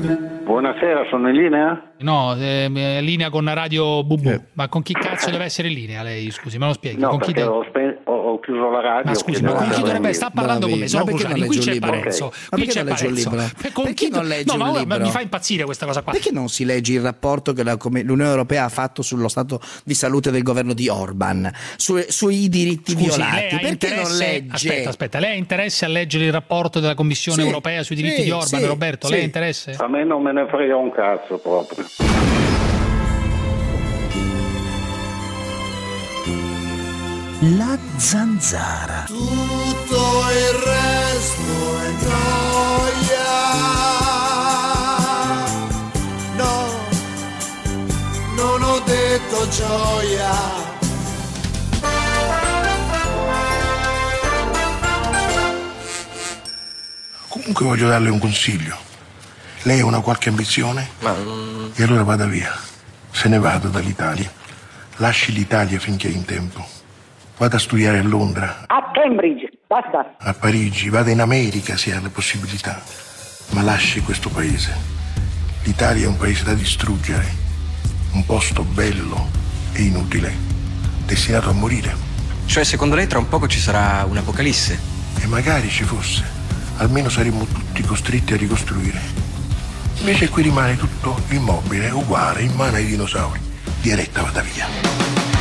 Buonasera, sono in linea? No, linea con Radio Bubu. Ma con chi cazzo deve essere in linea lei? Scusi, me lo spieghi? No, con chi perché ho chiuso la radio. Ma scusi, ma con chi dovrebbe sta parlando con me? Sono Cruciani, qui c'è Parenzo. Qui c'è Parenzo. Con chi non legge un libro? Ma mi fa impazzire questa cosa qua. Perché non si legge il rapporto che l'Unione Europea ha fatto sullo stato di salute del governo di Orban, sui diritti violati? Perché non legge? Aspetta, lei ha interesse a leggere il rapporto della Commissione Europea sui diritti di Orban, Roberto? Lei ha interesse? A me non me ne frega un cazzo proprio. La zanzara. Tutto il resto è noia. No, non ho detto gioia. Comunque voglio darle un consiglio. Lei ha una qualche ambizione? E allora vada via. Se ne vada dall'Italia. Lasci l'Italia finché è in tempo. Vada a studiare a Londra. A Cambridge, basta. A Parigi, vada in America se ha la possibilità. Ma lasci questo paese. L'Italia è un paese da distruggere. Un posto bello e inutile. Destinato a morire. Cioè, secondo lei tra un poco ci sarà un'apocalisse? E magari ci fosse. Almeno saremmo tutti costretti a ricostruire. Invece qui rimane tutto immobile, uguale, in mano ai dinosauri. Diretta, vada via.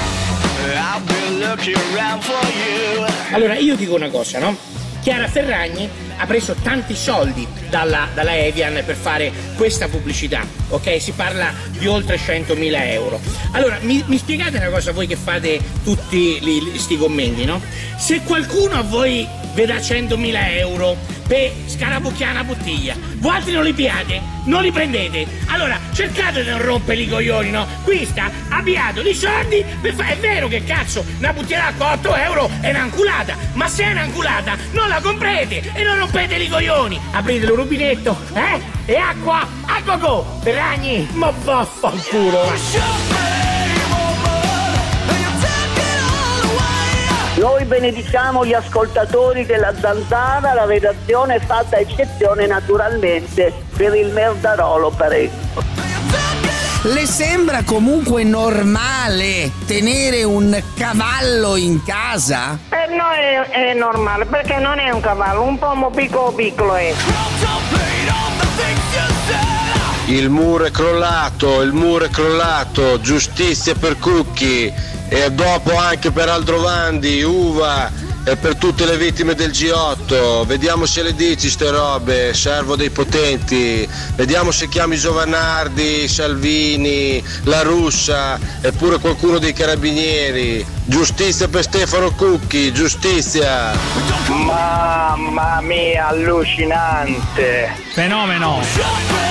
Allora io dico una cosa, no? Chiara Ferragni ha preso tanti soldi dalla Evian per fare questa pubblicità, ok? Si parla di oltre 100.000 euro. Allora mi spiegate una cosa, voi che fate tutti sti commenti, no? Se qualcuno a voi vi dà 100.000 euro per scarabocchiare una bottiglia, voi altri non li piate, non li prendete, allora cercate di non rompere i coglioni, no? Qui sta abbiato di soldi per fare. È vero che cazzo una bottiglia d'acqua a 8 euro è un'anculata, ma se è un'anculata non la comprete e non rompete i coglioni, aprite il rubinetto, e acqua a go-go. Ferragni, ma vaffanculo. Noi benediciamo gli ascoltatori della Zanzara, la redazione è fatta eccezione naturalmente per il Merdarolo Parenzo. Le sembra comunque normale tenere un cavallo in casa? Per noi è normale, perché non è un cavallo, un pomo piccolo è. Il muro è crollato, giustizia per Cucchi e dopo anche per Aldrovandi, Uva e per tutte le vittime del G8. Vediamo se le dici ste robe, servo dei potenti, vediamo se chiami Giovanardi, Salvini, La Russa e pure qualcuno dei carabinieri. Giustizia per Stefano Cucchi, giustizia. Mamma mia, allucinante. Fenomeno.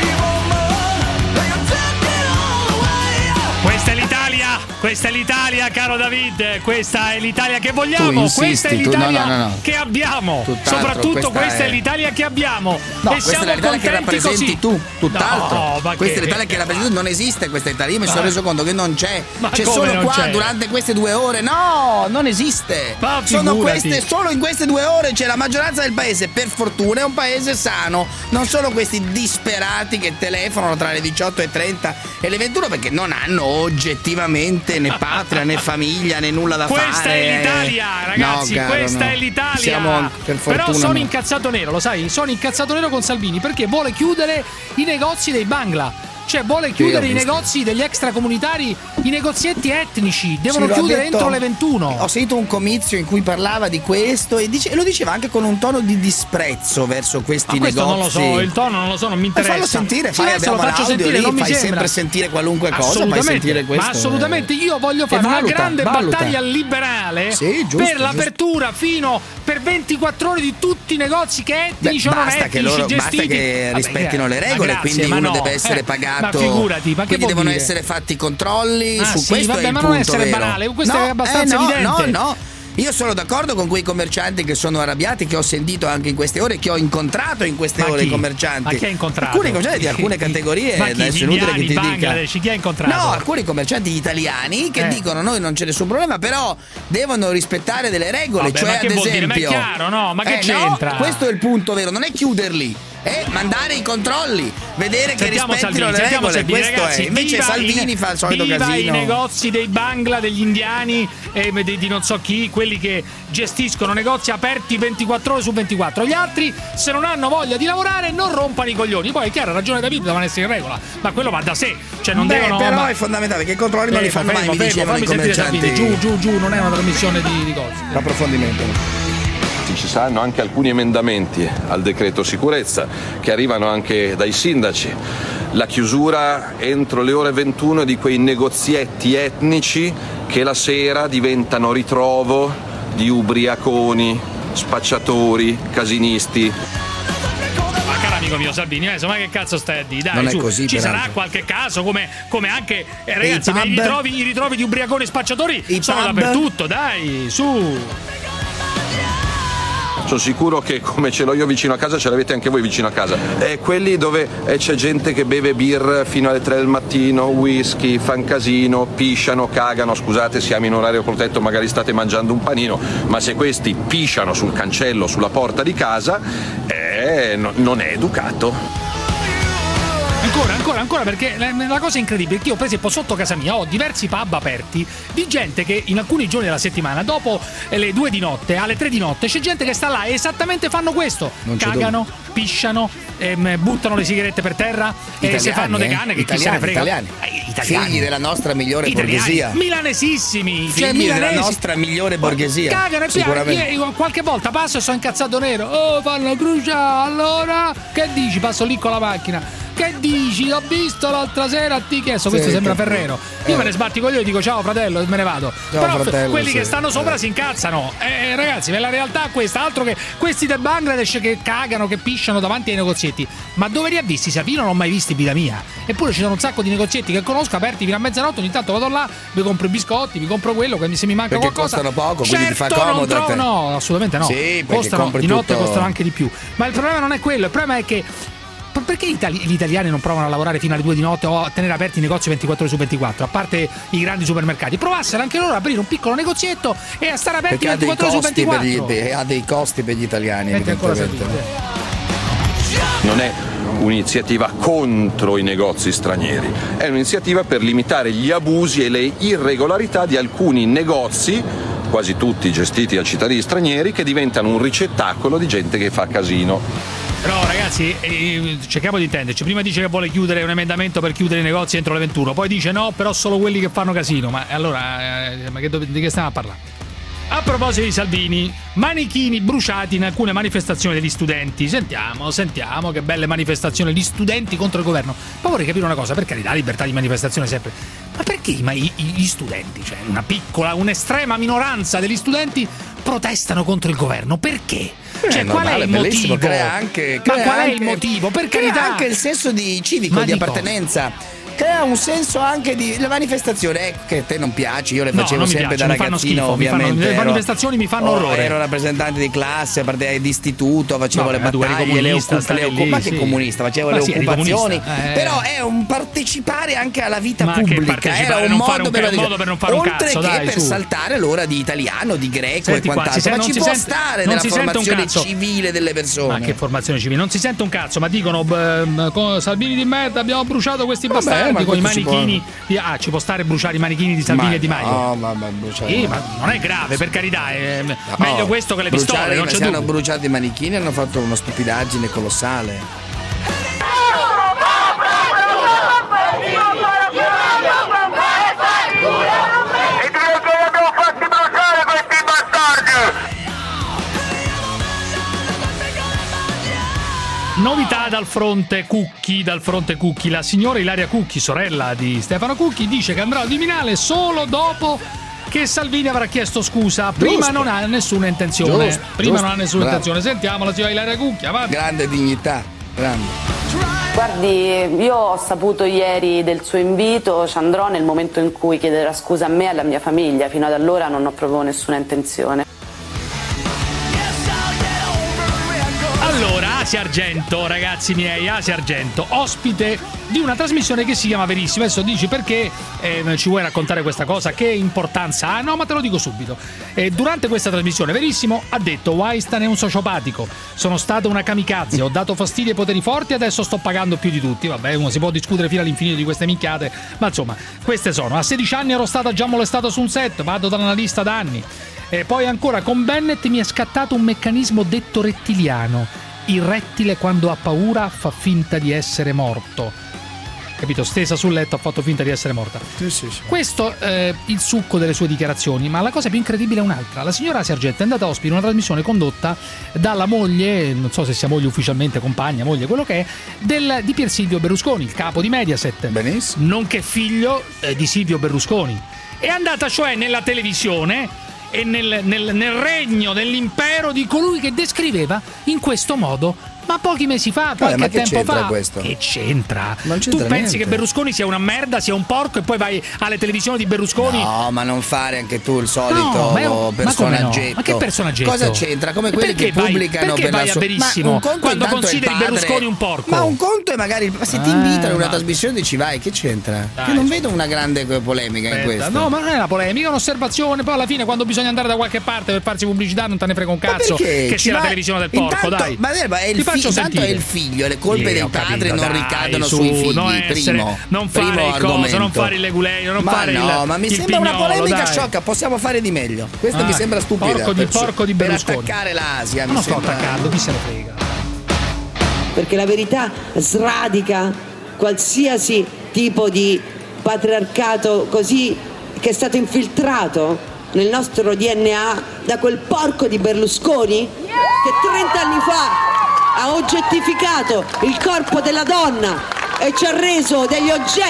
Questa è l'Italia, caro David, questa è l'Italia che vogliamo, questa è l'Italia che abbiamo, soprattutto questa è l'Italia che abbiamo. No, e questa è l'Italia che rappresenti così. Tu, tutt'altro. No, questa è l'Italia che rappresenti tu, non esiste questa Italia, io mi sono reso conto che non c'è. C'è solo qua c'è? Durante queste 2 ore, no, non esiste. Sono queste, solo in queste 2 ore c'è la maggioranza del paese, per fortuna è un paese sano, non sono questi disperati che telefonano tra le 18:30 e le 21 perché non hanno oggettivamente né patria né famiglia né nulla da fare. Questa è l'Italia, ragazzi, no, caro, questa è l'Italia. Siamo, per fortuna, però sono incazzato nero, lo sai? Sono incazzato nero con Salvini perché vuole chiudere i negozi dei Bangla. Cioè vuole chiudere i negozi degli extracomunitari, i negozietti etnici devono chiudere entro le 21. Ho sentito un comizio in cui parlava di questo e lo diceva anche con un tono di disprezzo verso questi negozi. Non lo so, il tono non lo so, non mi interessa. Fallo sentire, lo faccio sentire, lì, non mi fai sembra. Sempre sentire qualunque cosa, fai sentire questo. Ma assolutamente, io voglio fare una grande battaglia liberale per l'apertura fino per 24 ore di tutti i negozi che etnici o non etnici gestiti. Basta che rispettino le regole, quindi uno deve essere pagato. Ma figurati, ma che quindi devono essere fatti controlli su questo. Vabbè, è il ma punto non essere vero. banale, questo è abbastanza evidente. No. Io sono d'accordo con quei commercianti che sono arrabbiati, che ho sentito anche in queste ore, che ho incontrato in queste ore i commercianti. Ma chi ha incontrato? Alcuni commercianti di alcune categorie, adesso è inutile che ti dica. Chi ha incontrato? No, alcuni commercianti italiani che dicono noi non c'è nessun problema, però devono rispettare delle regole. Vabbè, cioè, ma che ad vuol esempio, dire? Ma è chiaro, no? Ma che c'entra? No, questo è il punto vero, non è chiuderli. e mandare i controlli, vedere che Sentiamo rispettino Salvini, le regole. Salvini, Questo ragazzi, è. Invece Salvini fa il solito viva casino. i negozi dei Bangla, degli indiani e di non so chi, quelli che gestiscono negozi aperti 24 ore su 24. Gli altri, se non hanno voglia di lavorare, non rompano i coglioni. Poi è chiaro, ragione David, devono essere in regola, ma quello va da sé, cioè non devono. Però è fondamentale che i controlli non li fanno mai, mi dicevano i commercianti. Giù, non è una trasmissione di cose. L'approfondimento. Ci saranno anche alcuni emendamenti al decreto sicurezza che arrivano anche dai sindaci. La chiusura entro le ore 21 di quei negozietti etnici che la sera diventano ritrovo di ubriaconi, spacciatori, casinisti. Ma caro amico mio Salvini, insomma che cazzo stai a dire? Dai, non su, è così, ci peraltro. sarà qualche caso come anche ragazzi, i ritrovi di ubriaconi spacciatori sono dappertutto, dai, su. Sono sicuro che come ce l'ho io vicino a casa ce l'avete anche voi vicino a casa. Quelli dove c'è gente che beve birra fino alle 3 del mattino, whisky, fan casino, pisciano, cagano. Scusate, siamo in orario protetto, magari state mangiando un panino, ma se questi pisciano sul cancello, sulla porta di casa, non è educato. Ancora, perché la cosa incredibile è che io per esempio sotto casa mia ho diversi pub aperti di gente che in alcuni giorni della settimana dopo le 2 di notte alle 3 di notte c'è gente che sta là e esattamente fanno questo, cagano, pisciano, buttano le sigarette per terra e se fanno dei canne che chi se ne frega. Italiani. Figli della nostra migliore borghesia, milanesissimi, figli della nostra migliore borghesia, cagano e piano. Io qualche volta passo e sono incazzato nero, fanno bruciare, allora che dici, passo lì con la macchina. Che dici? L'ho visto l'altra sera a ti chiesto, questo sembra Ferrero. Io me ne sbatti con io e dico ciao fratello e me ne vado. Però fratello, quelli che stanno sopra si incazzano. Ragazzi, la realtà è questa, altro che questi del Bangladesh che cagano, che pisciano davanti ai negozietti. Ma dove li ha visti? Salvini non l'ho mai visti, vita mia. Eppure ci sono un sacco di negozietti che conosco aperti fino a mezzanotte, ogni tanto vado là, mi compro i biscotti, mi compro quello, che se mi manca perché qualcosa. Costano poco, quindi ti fa comodo. No, assolutamente no. Sì, costano di notte, tutto. costano anche di più. Ma il problema non è quello, il problema è che perché gli italiani non provano a lavorare fino alle 2 di notte o a tenere aperti i negozi 24 ore su 24, a parte i grandi supermercati? Provassero anche loro ad aprire un piccolo negozietto e a stare aperti 24 ore su 24. Ha dei costi per gli italiani, evidentemente. Non è un'iniziativa contro i negozi stranieri, è un'iniziativa per limitare gli abusi e le irregolarità di alcuni negozi, quasi tutti gestiti da cittadini stranieri, che diventano un ricettacolo di gente che fa casino. Però ragazzi, cerchiamo di intenderci. Prima dice che vuole chiudere un emendamento per chiudere i negozi entro le 21, poi dice no, però solo quelli che fanno casino. Ma allora, di che stiamo a parlare? A proposito di Salvini, manichini bruciati in alcune manifestazioni degli studenti. Sentiamo che belle manifestazioni di studenti contro il governo. Ma vorrei capire una cosa, per carità, libertà di manifestazione sempre. Ma perché gli studenti, cioè un'estrema minoranza degli studenti protestano contro il governo? Perché? Cioè, qual è il motivo? Qual è il motivo? Per carità, crea anche il senso di civico, di appartenenza. Crea un senso anche di la manifestazione che a te non piace, io le facevo sempre da ragazzino, ovviamente. Le manifestazioni mi fanno orrore. Ero rappresentante di classe, di istituto, facevo le battaglie, ma che comunista, facevo le occupazioni. Però è un partecipare anche alla vita pubblica, era un modo per non fare un cazzo, oltre che per saltare l'ora di italiano, di greco e quant'altro. Ma ci può stare nella formazione civile delle persone. Ma che formazione civile? Non si sente un cazzo, ma dicono Salvini di merda, abbiamo bruciato questi bastardi con i manichini. Ci può stare bruciare i manichini di Salvini e Di Maio? No, ma bruciare. Ma non è grave, per carità, è meglio questo che le pistole. Non c'è dubbio. Hanno bruciato i manichini e hanno fatto una stupidaggine colossale. Novità dal fronte Cucchi, la signora Ilaria Cucchi, sorella di Stefano Cucchi, dice che andrà al Viminale solo dopo che Salvini avrà chiesto scusa. Prima non ha nessuna intenzione. Sentiamo la signora Ilaria Cucchi, avanti. Grande dignità, grande. Guardi, io ho saputo ieri del suo invito, ci andrò nel momento in cui chiederà scusa a me e alla mia famiglia. Fino ad allora non ho proprio nessuna intenzione. Allora, Asia Argento, ragazzi miei, Asia Argento, ospite di una trasmissione che si chiama Verissimo. Adesso dici perché ci vuoi raccontare questa cosa, che importanza ha? No, ma te lo dico subito. Durante questa trasmissione Verissimo ha detto: Weinstein è un sociopatico, sono stata una kamikaze, ho dato fastidio ai poteri forti e adesso sto pagando più di tutti. Vabbè, uno si può discutere fino all'infinito di queste minchiate, ma insomma, queste sono. A 16 anni ero stata già molestata su un set, vado dall'analista da anni. E poi ancora con Bennett mi è scattato un meccanismo detto rettiliano. Il rettile quando ha paura fa finta di essere morto. Capito? Stesa sul letto ha fatto finta di essere morta. Sì. Questo è il succo delle sue dichiarazioni, ma la cosa più incredibile è un'altra. La signora Asia Argento è andata ospite in una trasmissione condotta dalla moglie, non so se sia moglie ufficialmente, compagna, moglie, quello che è, di Pier Silvio Berlusconi, il capo di Mediaset. Benissimo. Nonché figlio di Silvio Berlusconi. È andata cioè nella televisione e nel regno, nell'impero di colui che descriveva in questo modo. Ma pochi mesi fa, qualche tempo fa. Questo? Che c'entra? Non c'entra tu pensi niente. che Berlusconi sia una merda, sia un porco e poi vai alle televisioni di Berlusconi? No, ma non fare anche tu il solito personaggetto. No? Ma che personaggetto? Cosa c'entra? Come quelli che pubblicano perché per vai la a Verissimo quando consideri Berlusconi un porco? Ma un conto è magari se ti invitano in una trasmissione ci vai, che c'entra? Dai, che non vedo una grande polemica in questo. No, ma non è una polemica, è un'osservazione. Poi alla fine quando bisogna andare da qualche parte per farsi pubblicità non te ne frega un cazzo che sia la televisione del porco, dai. Ma è il figlio, le colpe dei padri non ricadono sui figli. Non fare il coso, non fare il leguleio, non fare ma mi sembra una polemica sciocca, possiamo fare di meglio. Questo mi sembra stupido. Porco di Berlusconi. Per attaccare l'Asia, non sto attaccando, chi se ne frega. Perché la verità sradica qualsiasi tipo di patriarcato così che è stato infiltrato nel nostro DNA da quel porco di Berlusconi che 30 anni fa ha oggettificato il corpo della donna e ci ha reso degli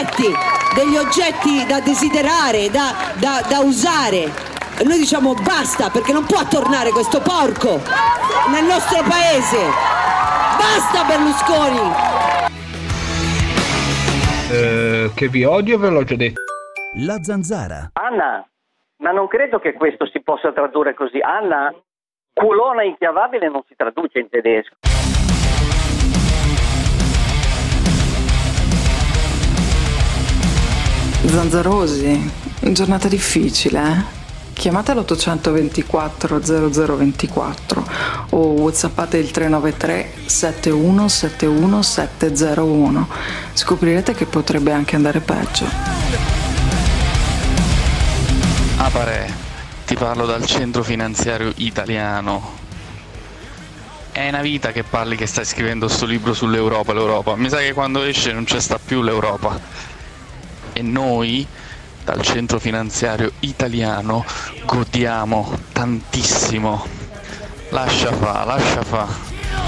oggetti da desiderare, da usare. E noi diciamo basta, perché non può tornare questo porco nel nostro paese. Basta Berlusconi! Che vi odio, ve l'ho già detto. La Zanzara. Anna, ma non credo che questo si possa tradurre così. Anna, culona inchiavabile non si traduce in tedesco. Zanzarosi, giornata difficile, eh? Chiamate l'824 0024 o whatsappate il 393 7171 701. Scoprirete che potrebbe anche andare peggio. Apare, ti parlo dal centro finanziario italiano. È una vita che parli che stai scrivendo sto libro sull'Europa, l'Europa. Mi sa che quando esce non c'è sta più l'Europa. E noi, dal centro finanziario italiano, godiamo tantissimo. Lascia fa.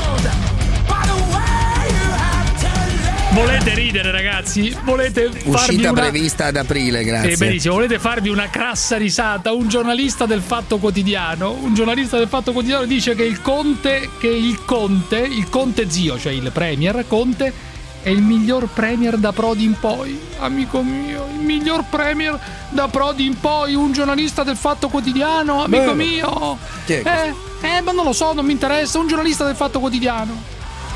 Volete ridere, ragazzi? Volete farvi uscita prevista ad aprile, grazie. Benissimo, volete farvi una crassa risata? Un giornalista del Fatto Quotidiano dice che il Conte zio, cioè il premier Conte, è il miglior premier da Prodi in poi. Amico mio, il miglior premier da Prodi in poi. Un giornalista del Fatto Quotidiano, amico mio. Chi è ma non lo so, non mi interessa. Un giornalista del Fatto Quotidiano.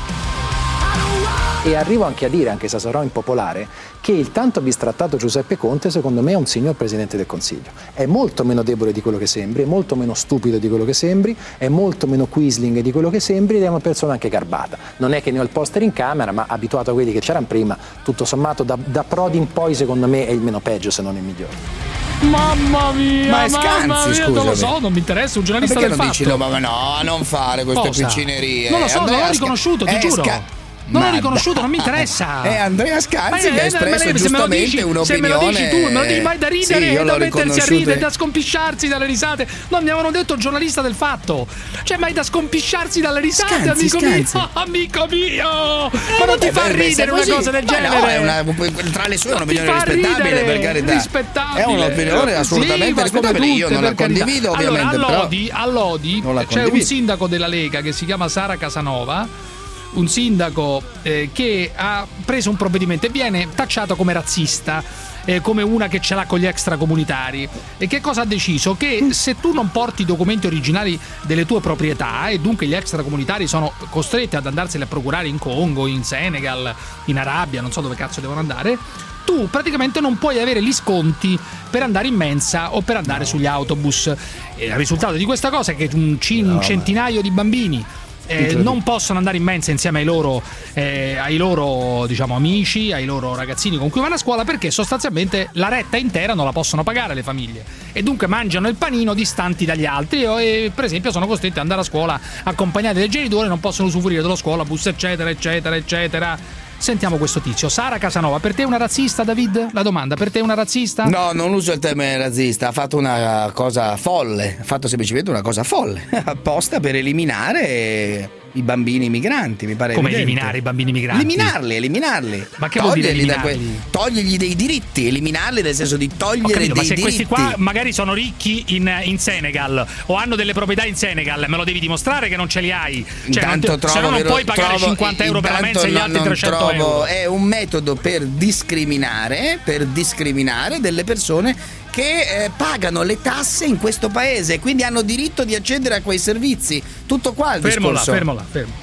E arrivo anche a dire, anche se sarò impopolare, che il tanto bistrattato Giuseppe Conte secondo me è un signor Presidente del Consiglio. È molto meno debole di quello che sembri, è molto meno stupido di quello che sembri, è molto meno quisling di quello che sembri ed è una persona anche garbata. Non è che ne ho il poster in camera, ma abituato a quelli che c'erano prima, tutto sommato da Prodi in poi secondo me è il meno peggio se non il migliore. Mamma mia, ma è Scanzi, scusami. Non lo so, non mi interessa, un giornalista del Fatto. Perché non dici no, non fare queste piccinerie? Non lo so, non l'ho riconosciuto, ti giuro. Non l'ho riconosciuto, non mi interessa. È Andrea Scanzi che ha espresso giustamente un'opinione. Se me lo dici tu, me lo dici mai da ridere, sì, da mettersi a ridere, da scompisciarsi dalle risate. No, mi avevano detto giornalista del Fatto. Cioè, mai da scompisciarsi dalle risate, Scanzi, amico mio. Ma non ti fa ridere una cosa del genere? No, tra le sue è un'opinione rispettabile, per carità. Rispettabile. È un'opinione assolutamente rispettabile. Io non la condivido, ovviamente. All'Odi c'è un sindaco della Lega che si chiama Sara Casanova. Un sindaco che ha preso un provvedimento e viene tacciato come razzista come una che ce l'ha con gli extracomunitari. E che cosa ha deciso? Che se tu non porti i documenti originali delle tue proprietà, e dunque gli extracomunitari sono costretti ad andarseli a procurare in Congo, in Senegal, in Arabia, non so dove cazzo devono andare, tu praticamente non puoi avere gli sconti per andare in mensa o per andare sugli autobus. E il risultato di questa cosa è che un centinaio di bambini non possono andare in mensa insieme ai loro diciamo amici, ai loro ragazzini con cui vanno a scuola, perché sostanzialmente la retta intera non la possono pagare le famiglie e dunque mangiano il panino distanti dagli altri e per esempio sono costretti ad andare a scuola accompagnati dai genitori, non possono usufruire dello scuolabus, eccetera eccetera eccetera. Sentiamo questo tizio. Sara Casanova, per te è una razzista, David? La domanda, per te è una razzista? No, non uso il termine razzista, ha fatto una cosa folle, ha fatto semplicemente una cosa folle, apposta per eliminare i bambini migranti, mi pare. Come evidente. eliminare i bambini migranti? Eliminarli. Ma che vuol dire eliminarli? Togliergli dei diritti, eliminarli nel senso di togliere dei ma se diritti. Questi qua magari sono ricchi in Senegal o hanno delle proprietà in Senegal, me lo devi dimostrare che non ce li hai. Cioè, se no non puoi pagare 50 euro per la mensa e gli altri 300 euro. È un metodo per discriminare delle persone che pagano le tasse in questo paese, quindi hanno diritto di accedere a quei servizi. Tutto qua il discorso. Fermola.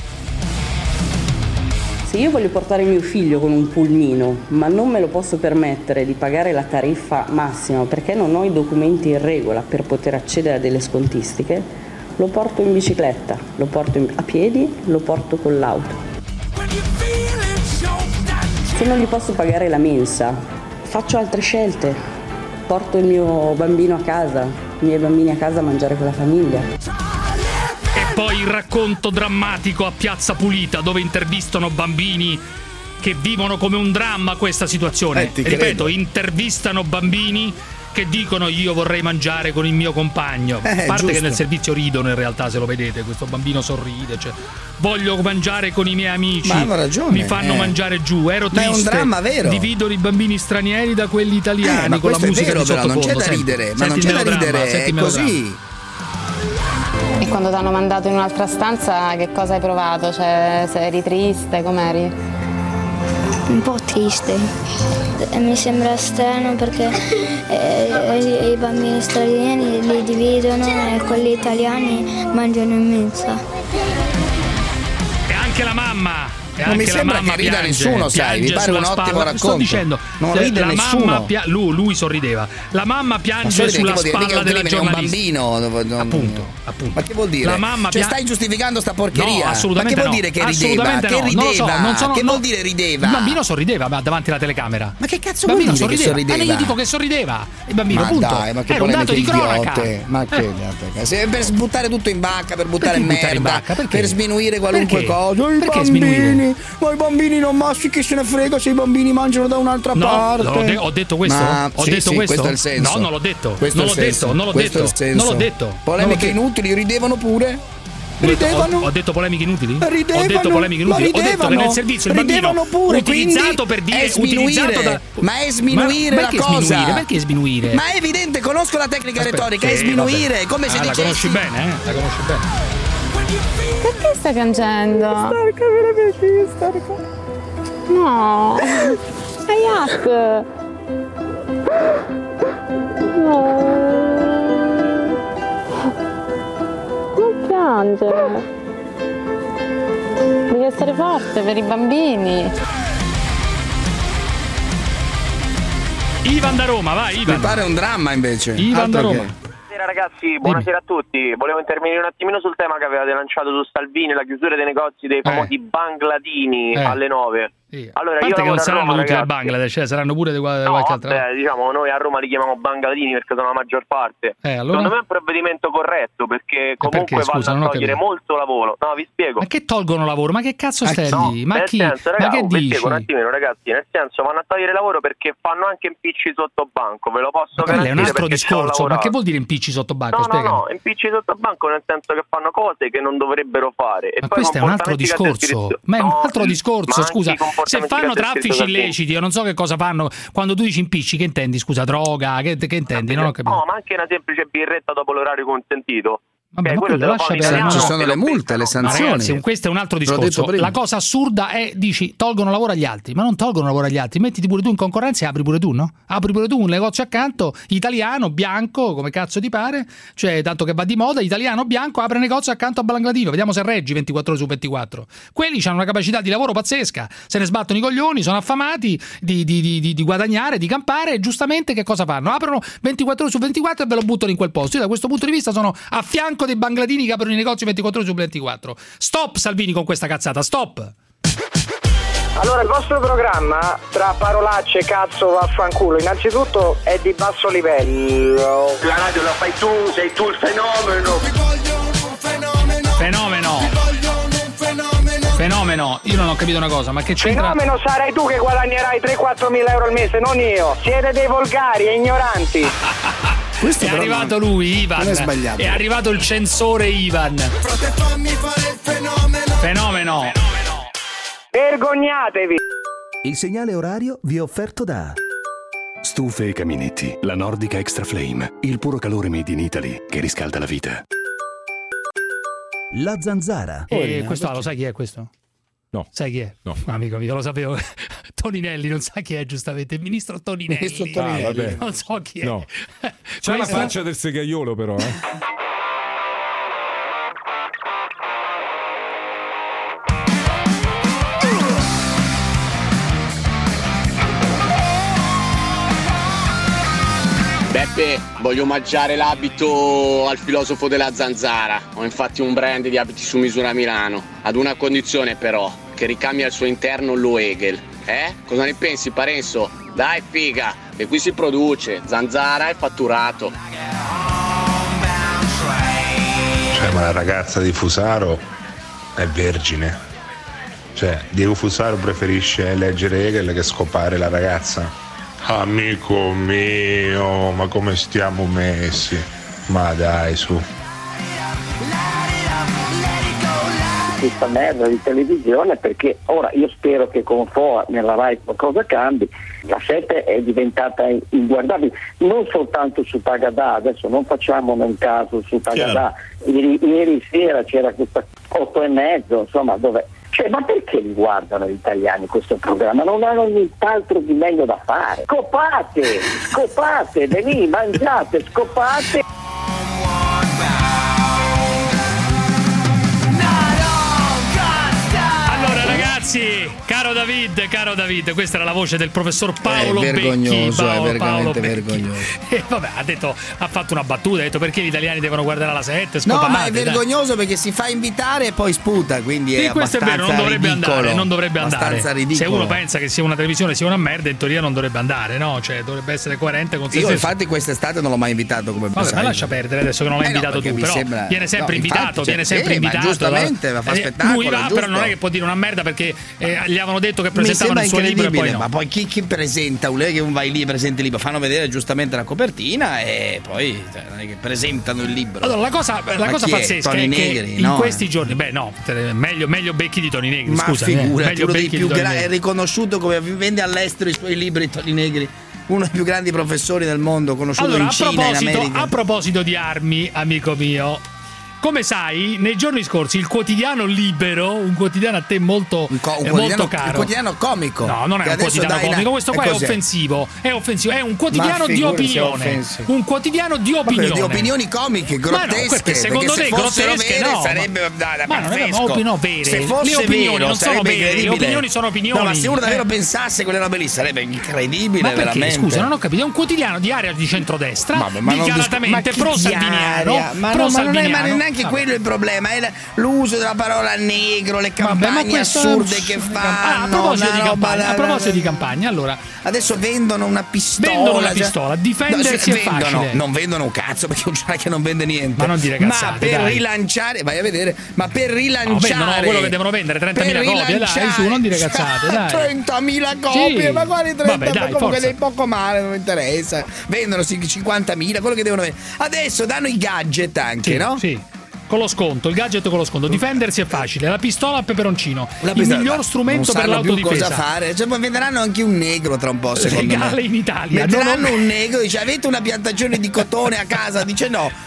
Se io voglio portare mio figlio con un pulmino, ma non me lo posso permettere di pagare la tariffa massima perché non ho i documenti in regola per poter accedere a delle scontistiche, lo porto in bicicletta, lo porto a piedi, lo porto con l'auto. Se non gli posso pagare la mensa, faccio altre scelte. Porto il mio bambino a casa, i miei bambini a casa a mangiare con la famiglia. E poi il racconto drammatico a Piazza Pulita, dove intervistano bambini che vivono come un dramma questa situazione. Ripeto, intervistano bambini che dicono io vorrei mangiare con il mio compagno. A parte giusto. che nel servizio ridono in realtà, se lo vedete, questo bambino sorride, cioè voglio mangiare con i miei amici, ma hanno ragione, mi fanno mangiare giù, ero triste. Ma è un dramma vero. Dividono i bambini stranieri da quelli italiani ma con la musica vero, di sottofondo. Non c'è da ridere, ma non c'è da ridere, è così. E quando ti hanno mandato in un'altra stanza che cosa hai provato? Cioè, se eri triste, com'eri? Un po' triste, mi sembra strano perché i bambini stranieri li dividono e quelli italiani mangiano in mensa. E anche la mamma. Non mi sembra che rida nessuno, sai, mi pare un ottimo racconto. Sto dicendo, non ride la nessuno. Mamma lui sorrideva. La mamma piange sulla spalla della giornalista. Un bambino. Appunto. Ma che vuol dire? La mamma stai giustificando sta porcheria? No, assolutamente ma che vuol dire che rideva? Che rideva? Che vuol dire rideva? Il bambino sorrideva davanti alla telecamera. Ma che cazzo vuol dire che sorrideva? Io dico che sorrideva. Il bambino, ma appunto. Dai, ma che era un dato di cronaca. Ma che per buttare tutto in bacca, per buttare merda, per sminuire qualunque cosa. Perché sminuire? Ma i bambini non maschi, chi se ne frega se i bambini mangiano da un'altra parte. Ho detto questo? Ho detto questo? Questo è il senso. No, non l'ho detto. Non l'ho detto. Polemiche inutili, ridevano pure. Ridevano. Ho detto polemiche inutili? Ridevano. Ho detto polemiche inutili. Ho detto che nel servizio il bambino pure, utilizzato per dire sminuire. Ma è sminuire la cosa. Perché sminuire? Ma è evidente, conosco la tecnica retorica, è sminuire, come se dicessi. La conosci bene, La conosci bene. Perché stai piangendo? Starca, veramente starca. No. Ayak. No. Non piangere. Devi essere forte per i bambini. Ivan da Roma, vai Ivan. Mi pare un dramma invece. Ivan da Roma. Buonasera ragazzi, buonasera a tutti. Volevo intervenire un attimino sul tema che avevate lanciato su Salvini, la chiusura dei negozi dei famosi bangladini alle 9. Allora, io che non saranno Roma, tutti del Bangladesh, saranno pure di qualche altra. Diciamo, noi a Roma li chiamiamo bangladini perché sono la maggior parte. Allora? Secondo me è un provvedimento corretto perché comunque vanno a togliere molto lavoro. No, vi spiego. Ma che tolgono lavoro? Ma che cazzo stai lì? Ma chi? Senso, ma che vi dici? spiego un attimino, ragazzi. Nel senso, vanno a togliere lavoro perché fanno anche impicci sotto banco. Ve lo posso garantire. È un altro discorso. Ma che vuol dire impicci sotto banco? No, impicci sotto banco nel senso che fanno cose che non dovrebbero fare. Ma questo è un altro discorso. Ma è un altro discorso, scusa. Se fanno traffici illeciti, io non so che cosa fanno. Quando tu dici impicci, che intendi? Scusa, droga, che intendi? Non ho capito. No, ma anche una semplice birretta dopo l'orario consentito. Vabbè, ci sono le multe, le sanzioni. Ragazzi, questo è un altro discorso. La cosa assurda è, dici, tolgono lavoro agli altri, ma non tolgono lavoro agli altri, mettiti pure tu in concorrenza e apri pure tu, no? Apri pure tu un negozio accanto, italiano, bianco, come cazzo ti pare, cioè tanto che va di moda, italiano, bianco, apre negozio accanto a Bangladino, vediamo se reggi 24 ore su 24. Quelli hanno una capacità di lavoro pazzesca, se ne sbattono i coglioni, sono affamati di guadagnare, di campare, e giustamente che cosa fanno? Aprono 24 ore su 24 e ve lo buttano in quel posto. Io da questo punto di vista sono a fianco dei bangladini che aprono i negozi 24 ore su 24. Stop Salvini con questa cazzata, stop! Allora, il vostro programma, tra parolacce, cazzo, vaffanculo, innanzitutto è di basso livello. La radio la fai tu, sei tu il fenomeno. Fenomeno, io non ho capito una cosa, ma che c'entra? Fenomeno sarai tu che guadagnerai 3-4 mila euro al mese, non io. Siete dei volgari e ignoranti. È arrivato lui, Ivan. Non è sbagliato. È arrivato il censore Ivan. Fenomeno. Vergognatevi. Il segnale orario vi è offerto da Stufe e Caminetti, la Nordica Extra Flame, il puro calore made in Italy che riscalda la vita. La Zanzara. Questo lo sai chi è questo? No. Sai chi è? No. Amico mio, lo sapevo. Toninelli, non sa chi è giustamente. Il ministro Toninelli. Ministro Toninelli. Non so chi è. No. C'ha la faccia del segaiolo però, Beppe, voglio omaggiare l'abito al filosofo della Zanzara. Ho infatti un brand di abiti su misura a Milano, ad una condizione però, che ricambia al suo interno lo Hegel. Cosa ne pensi, Parenzo? Dai, figa, e qui si produce, Zanzara è fatturato. Cioè, ma la ragazza di Fusaro è vergine. Cioè, Diego Fusaro preferisce leggere Hegel che scopare la ragazza. Amico mio, ma come stiamo messi? Ma dai, su. Questa merda di televisione, perché ora io spero che con FOA nella Rai qualcosa cambi. La 7 è diventata inguardabile, non soltanto su Tagadà, adesso non facciamo un caso su Tagadà, ieri sera c'era questa 8:30, insomma, dove... Cioè, ma perché li guardano gli italiani questo programma? Non hanno nient'altro di meglio da fare. Scopate, venite, mangiate, scopate. Allora ragazzi, caro David, questa era la voce del professor Paolo Becchi. È veramente vergognoso. E vabbè, ha fatto una battuta, ha detto perché gli italiani devono guardare la 7, scopate. No, ma è vergognoso perché si fa invitare e poi sputa, quindi è questo abbastanza è vero, non dovrebbe andare. Ridicolo. Se uno pensa che sia una televisione sia una merda, in teoria non dovrebbe andare, no? Cioè dovrebbe essere coerente con se stesso. Io infatti quest'estate non l'ho mai invitato come ma lascia perdere adesso che non l'hai invitato tu, però viene sempre invitato, Ma giustamente va a fare spettacolo. Lui va, però non è che può dire una merda perché gli avevano detto che presentavano il suo libro e poi no. Ma poi chi presenta? Lei che vai lì e presenta il libro, fanno vedere giustamente la copertina e poi non è che presentano il libro. Allora la cosa pazzesca è che in questi giorni, meglio Becchi di Toni Negri, scusa, figurati, uno dei più grandi, è riconosciuto come vende all'estero i suoi libri, Toni Negri, uno dei più grandi professori del mondo, conosciuto in Cina, in America. A proposito di armi, amico mio, come sai, nei giorni scorsi il quotidiano Libero, un quotidiano a te molto caro. Un quotidiano comico. No, non è un quotidiano comico, questo qua è offensivo. È un quotidiano di opinione. Un quotidiano di opinione. Di opinioni comiche, grottesche. No, secondo te grottesche no. Sarebbe ma non è opinioni vere. Se fosse le opinioni vero, non sono vere, le opinioni sono opinioni. No, ma se uno davvero pensasse quelle robe lì sarebbe incredibile, ma perché, veramente. Scusa, non ho capito, è un quotidiano di area di centrodestra, dichiaratamente pro-salviniano. Ma non è neanche quello il problema, è l'uso della parola negro, le campagne assurde che fanno. A proposito di campagna, allora adesso vendono una pistola. Difendersi è facile. Non vendono un cazzo perché un giornale che non vende niente. Ma non dire cazzate, ma per rilanciare, vai a vedere, ma per rilanciare vendono quello che devono vendere, 30.000 copie, dai, su, non dire cazzate, dai. 30.000 copie, ma quali 30.000? Vabbè, dai, comunque dei poco male, non mi interessa. Vendono 50.000, quello che devono vendere. Adesso danno i gadget anche, no? Sì. Con lo sconto, il gadget con lo sconto. Difendersi è facile, la pistola a peperoncino, il miglior strumento per l'autodifesa. Cosa fare? Cioè, venderanno anche un negro tra un po', secondo legale me. in Italia. Metteranno un negro, dice avete una piantagione di cotone a casa? Dice no,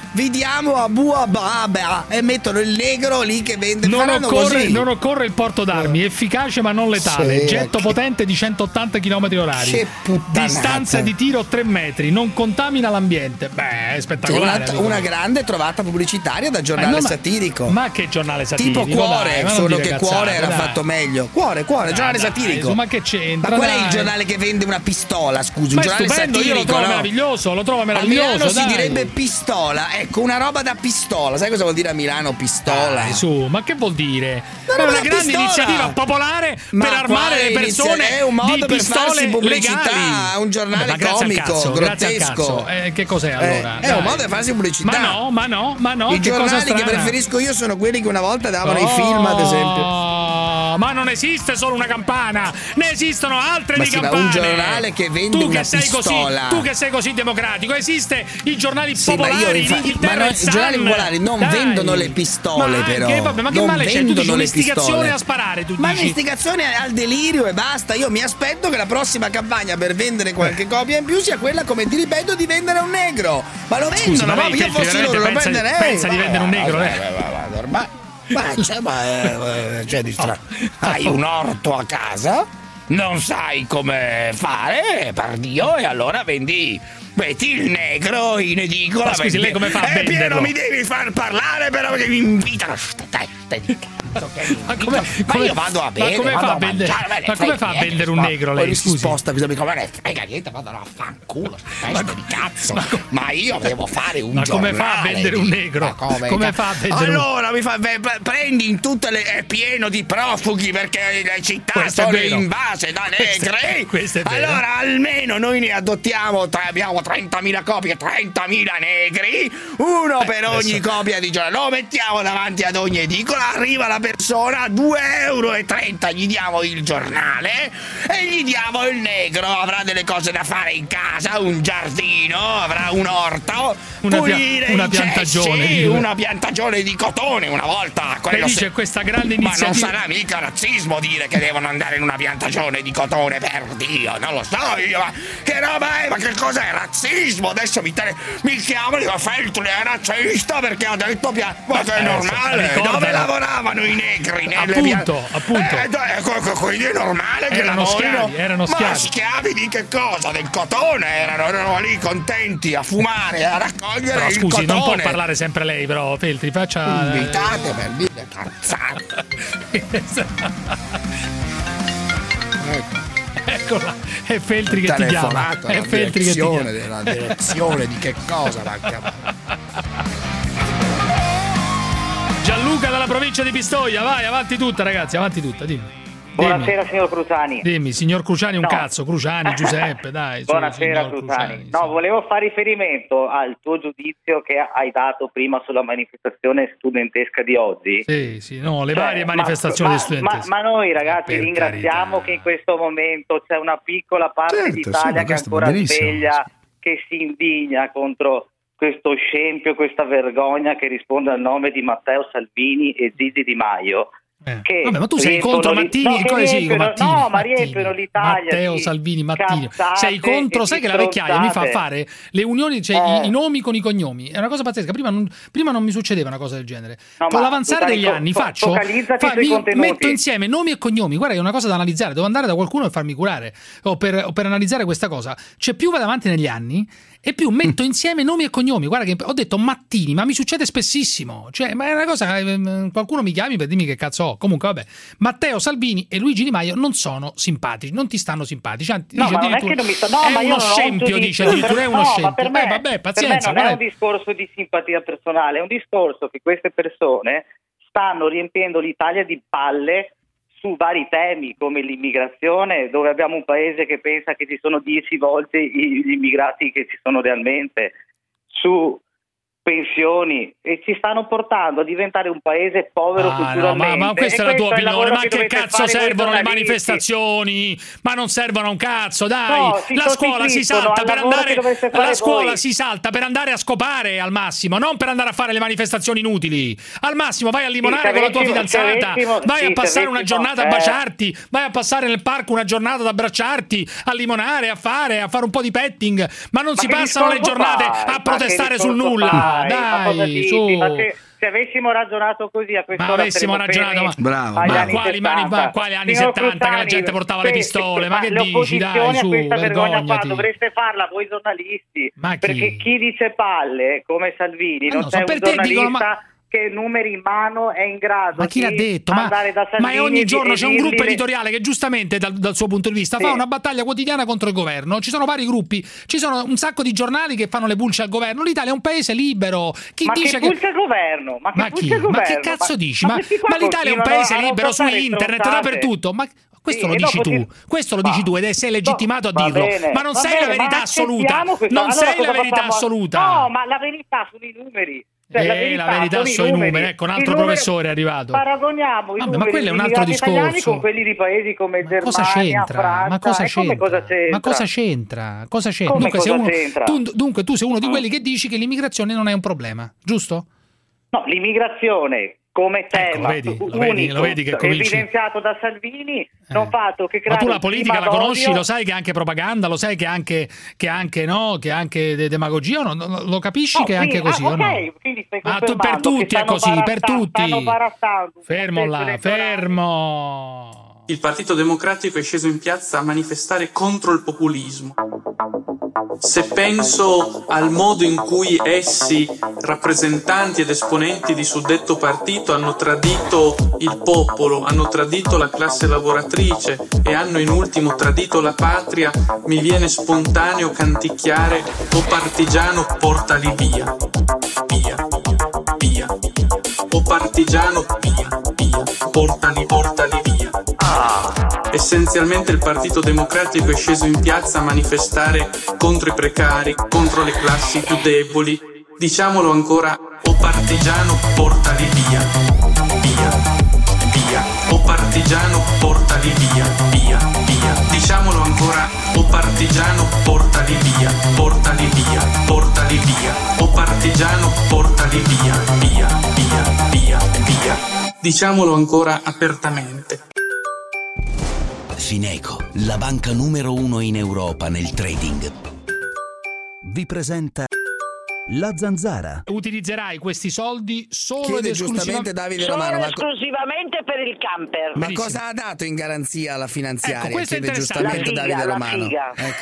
vi diamo Abu Ababa e mettono il negro lì che vende. Non occorre il porto d'armi, efficace ma non letale, getto potente di 180 km/h, che puttanata. Distanza di tiro 3 metri, non contamina l'ambiente. Beh, è spettacolare. Una grande trovata pubblicitaria da giornale satirico. Ma che giornale satirico? Tipo Cuore, dai, solo che Cuore era fatto meglio. Cuore, giornale satirico. Ma che c'entra? Ma qual è il giornale che vende una pistola? Scusi, un giornale stupendo, satirico. Io lo trovo meraviglioso. A Milano si direbbe pistola. Ecco, una roba da pistola. Sai cosa vuol dire a Milano pistola? Ma che vuol dire? È una grande iniziativa popolare per armare le persone. È un modo di per farsi pubblicità. legali. È un giornale comico, grottesco. Che cos'è allora? È un modo per farsi pubblicità. Ma no. I giornali che preferisco io sono quelli che una volta davano i film, ad esempio. Ma non esiste solo una campana, ne esistono altre di campane. Un giornale che vende una pistola. Tu che sei così democratico, esiste i giornali popolari in Inghilterra. I giornali popolari non vendono le pistole, però. Ma che male c'è? Tu dici un'istigazione a sparare, ma un'istigazione al delirio e basta. Io mi aspetto che la prossima campagna per vendere qualche copia in più sia quella, come ti ripeto, di vendere un negro. Ma lo vendono, ma io fossi loro lo prenderei. Pensa di vendere un negro, hai un orto a casa, non sai come fare, per Dio, e allora metti il negro in edicola. Ma scusi, lei come fa a venderlo? Piero, mi devi far parlare, però che mi invitano. Stai di cazzo, ma io vado a bere, come fa a vendere un negro lei? Si sposta, cosa mi come frega niente, vado a fanculo, testa di cazzo. Ma io devo fare un giornale. Ma come fa a vendere un negro? Come fa a vendere allora mi fa prendi in tutte le è pieno di profughi perché le città sono invase da negri. Allora almeno noi ne adottiamo, abbiamo 30.000 copie, 30.000 negri, uno per ogni copia di giornale. Lo mettiamo davanti ad ogni edicola, arriva la persona, 2,30 €, gli diamo il giornale e gli diamo il negro. Avrà delle cose da fare in casa, un giardino, avrà un orto, pulire una piantagione, una piantagione di cotone una volta. Dice questa grande iniziativa. Ma non sarà mica razzismo dire che devono andare in una piantagione di cotone, per Dio, non lo so io, ma che roba è? Ma che cos'è razzismo? Adesso mi chiamano e dico Feltri è razzista perché ha detto ma che è normale, dove lavoravano i negri? Appunto. Quindi è normale che lavorino. Erano schiavi. Ma schiavi di che cosa? Del cotone, erano lì contenti a fumare, a raccogliere però, il cotone. Non può parlare sempre lei, però Feltri faccia. Invitate per dire cazzate. Eccola, è Feltri che ti chiama. È Feltri che ti chiama. La direzione di che cosa? Gianluca dalla provincia di Pistoia, vai, avanti tutta ragazzi, avanti tutta, dimmi. Buonasera signor Cruciani. Dimmi, signor Cruciani cazzo, Cruciani, Giuseppe, dai. Buonasera Cruciani. Volevo fare riferimento al tuo giudizio che hai dato prima sulla manifestazione studentesca di oggi. Sì, le varie manifestazioni studentesche. Ma noi ragazzi ringraziamo che in questo momento c'è una piccola parte d'Italia che ancora sveglia, che si indigna contro questo scempio, questa vergogna che risponde al nome di Matteo Salvini e Gigi Di Maio. Vabbè, ma tu sei contro Mattini? Ma riempiono l'Italia. Matteo Salvini, Mattini. Sei contro? Sai che la vecchiaia mi fa fare le unioni, cioè i nomi con i cognomi. È una cosa pazzesca. Prima non mi succedeva una cosa del genere. Con l'avanzare degli anni metto insieme nomi e cognomi. Guarda, è una cosa da analizzare. Devo andare da qualcuno e farmi curare o per analizzare questa cosa. Cioè, più vado avanti negli anni e più metto insieme nomi e cognomi. Guarda che ho detto Mattini, ma mi succede spessissimo. Cioè, ma è una cosa, qualcuno mi chiami per dirmi che cazzo ho. Comunque, vabbè, Matteo Salvini e Luigi Di Maio non sono simpatici, non ti stanno simpatici. No, ma non è che non mi sta. No, ma io uno scempio, dice addirittura, è uno scempio. Ma per me, vabbè, pazienza. Per me non è un discorso di simpatia personale, è un discorso che queste persone stanno riempiendo l'Italia di palle su vari temi come l'immigrazione, dove abbiamo un paese che pensa che ci sono 10 volte gli immigrati che ci sono realmente, su pensioni, e ci stanno portando a diventare un paese povero culturalmente. Ma questa è la tua opinione, ma che cazzo servono le manifestazioni? Ma non servono a un cazzo, dai. No, la scuola si salta per andare a scopare al massimo, non per andare a fare le manifestazioni inutili. Al massimo vai a limonare con la tua fidanzata, vai a passare una giornata a baciarti, vai a passare nel parco una giornata ad abbracciarti, a limonare, a fare un po' di petting, ma non si passano le giornate a protestare sul nulla. dai, su. Se avessimo ragionato così a quest'ora, ma avessimo ragionato, quali anni 70 che la gente portava le pistole, ma che dici, dai, su, vergognati. Dovreste farla voi giornalisti, perché chi dice palle come Salvini non c'è un giornalista che numeri in mano è in grado ma chi l'ha detto? Andare da Salvini, ma ogni giorno c'è un gruppo editoriale che giustamente dal suo punto di vista fa una battaglia quotidiana contro il governo. Ci sono vari gruppi, ci sono un sacco di giornali che fanno le pulce al governo. L'Italia è un paese libero. Chi dice che pulce al governo? Ma che cazzo dici? Ma l'Italia è un paese libero su internet dappertutto. Ma questo lo dici tu, questo lo dici tu ed sei legittimato a dirlo, ma non sei la verità assoluta. Non sei la verità assoluta. No, ma la verità sono i numeri. La verità sono i numeri. Ecco, un altro professore è arrivato. Paragoniamo i numeri, ma quello è un altro discorso, con quelli di paesi come Germania, Francia. Ma cosa c'entra? Dunque tu sei uno di quelli che dici che l'immigrazione non è un problema, giusto? No, l'immigrazione come tema lo vedi che evidenziato da Salvini non fatto che creare. Ma tu la politica la conosci, lo sai che è anche propaganda, lo sai che è anche demagogia, o no? Lo capisci che è anche così, o no? Ma per tutti è così, per tutti. Fermo là, fermo. Il Partito Democratico è sceso in piazza a manifestare contro il populismo. Se penso al modo in cui essi, rappresentanti ed esponenti di suddetto partito, hanno tradito il popolo, hanno tradito la classe lavoratrice e hanno in ultimo tradito la patria, mi viene spontaneo canticchiare: o partigiano, portali via, via, via, o partigiano, via, via, portali via. Essenzialmente il Partito Democratico è sceso in piazza a manifestare contro i precari, contro le classi più deboli. Diciamolo ancora: o partigiano, portali via, via, via, o partigiano, portali via, via, via. Diciamolo ancora: o partigiano, portali via, portali via, portali via, o partigiano, portali via, via, via, via, via. Diciamolo ancora apertamente. Fineco, la banca numero 1 in Europa nel trading, vi presenta La Zanzara. Utilizzerai questi soldi solo ed esclusivamente Davide Romano, esclusivamente per il camper. Ma cosa ha dato in garanzia la finanziaria? Ecco, chiede giustamente Davide Romano. Figa. Ecco.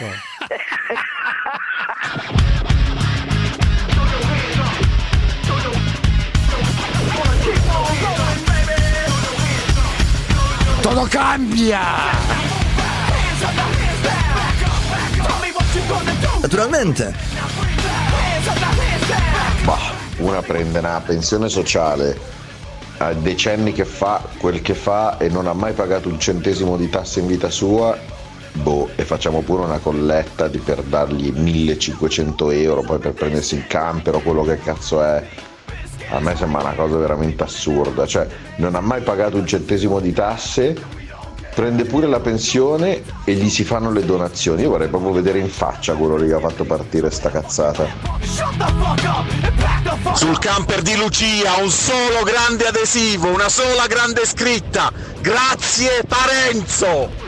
Todo cambia. Naturalmente. Una prende una pensione sociale, ha decenni che fa quel che fa e non ha mai pagato un centesimo di tasse in vita sua, e facciamo pure una colletta per dargli 1.500 euro poi per prendersi il camper o quello che cazzo è. A me sembra una cosa veramente assurda, cioè non ha mai pagato un centesimo di tasse, prende pure la pensione e gli si fanno le donazioni. Io vorrei proprio vedere in faccia quello che ha fatto partire sta cazzata. Sul camper di Lucia un solo grande adesivo, una sola grande scritta: grazie Parenzo.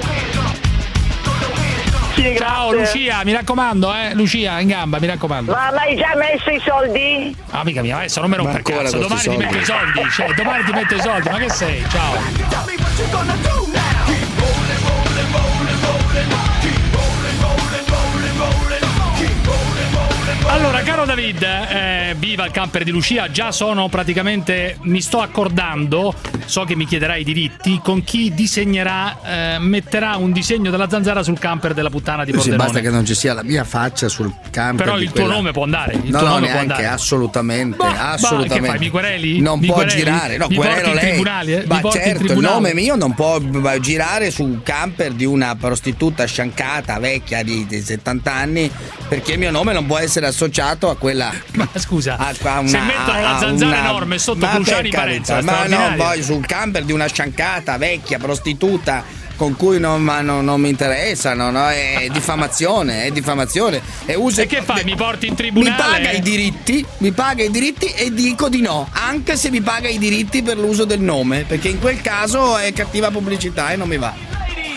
Ciao Lucia, mi raccomando, Lucia, in gamba, mi raccomando. Ma hai già messo i soldi? Amica mia, adesso non me romper cazzo, domani ti metto i soldi, cioè domani ti metto i soldi, ma che sei? Ciao. Allora, caro David, viva il camper di Lucia, già sono praticamente, mi sto accordando, so che mi chiederai i diritti, con chi disegnerà, metterà un disegno della zanzara sul camper della puttana di Pordenone. Basta che non ci sia la mia faccia sul camper. Però il tuo nome può andare, il tuo nome neanche, può andare. Assolutamente. Che fai, mi quereli? Non può girare, no, querelo lei. Tribunali, ma certo, il nome mio non può girare sul camper di una prostituta sciancata vecchia di 70 anni, perché il mio nome non può essere associato a quella. Ma scusa, se mettono la zanzara enorme sotto Cruciani Parenzo, ma no, poi sul camper di una sciancata vecchia prostituta con cui non mi interessano, no? È diffamazione, e che fai? Mi porti in tribunale? Mi paga i diritti e dico di no, anche se mi paga i diritti per l'uso del nome, perché in quel caso è cattiva pubblicità e non mi va.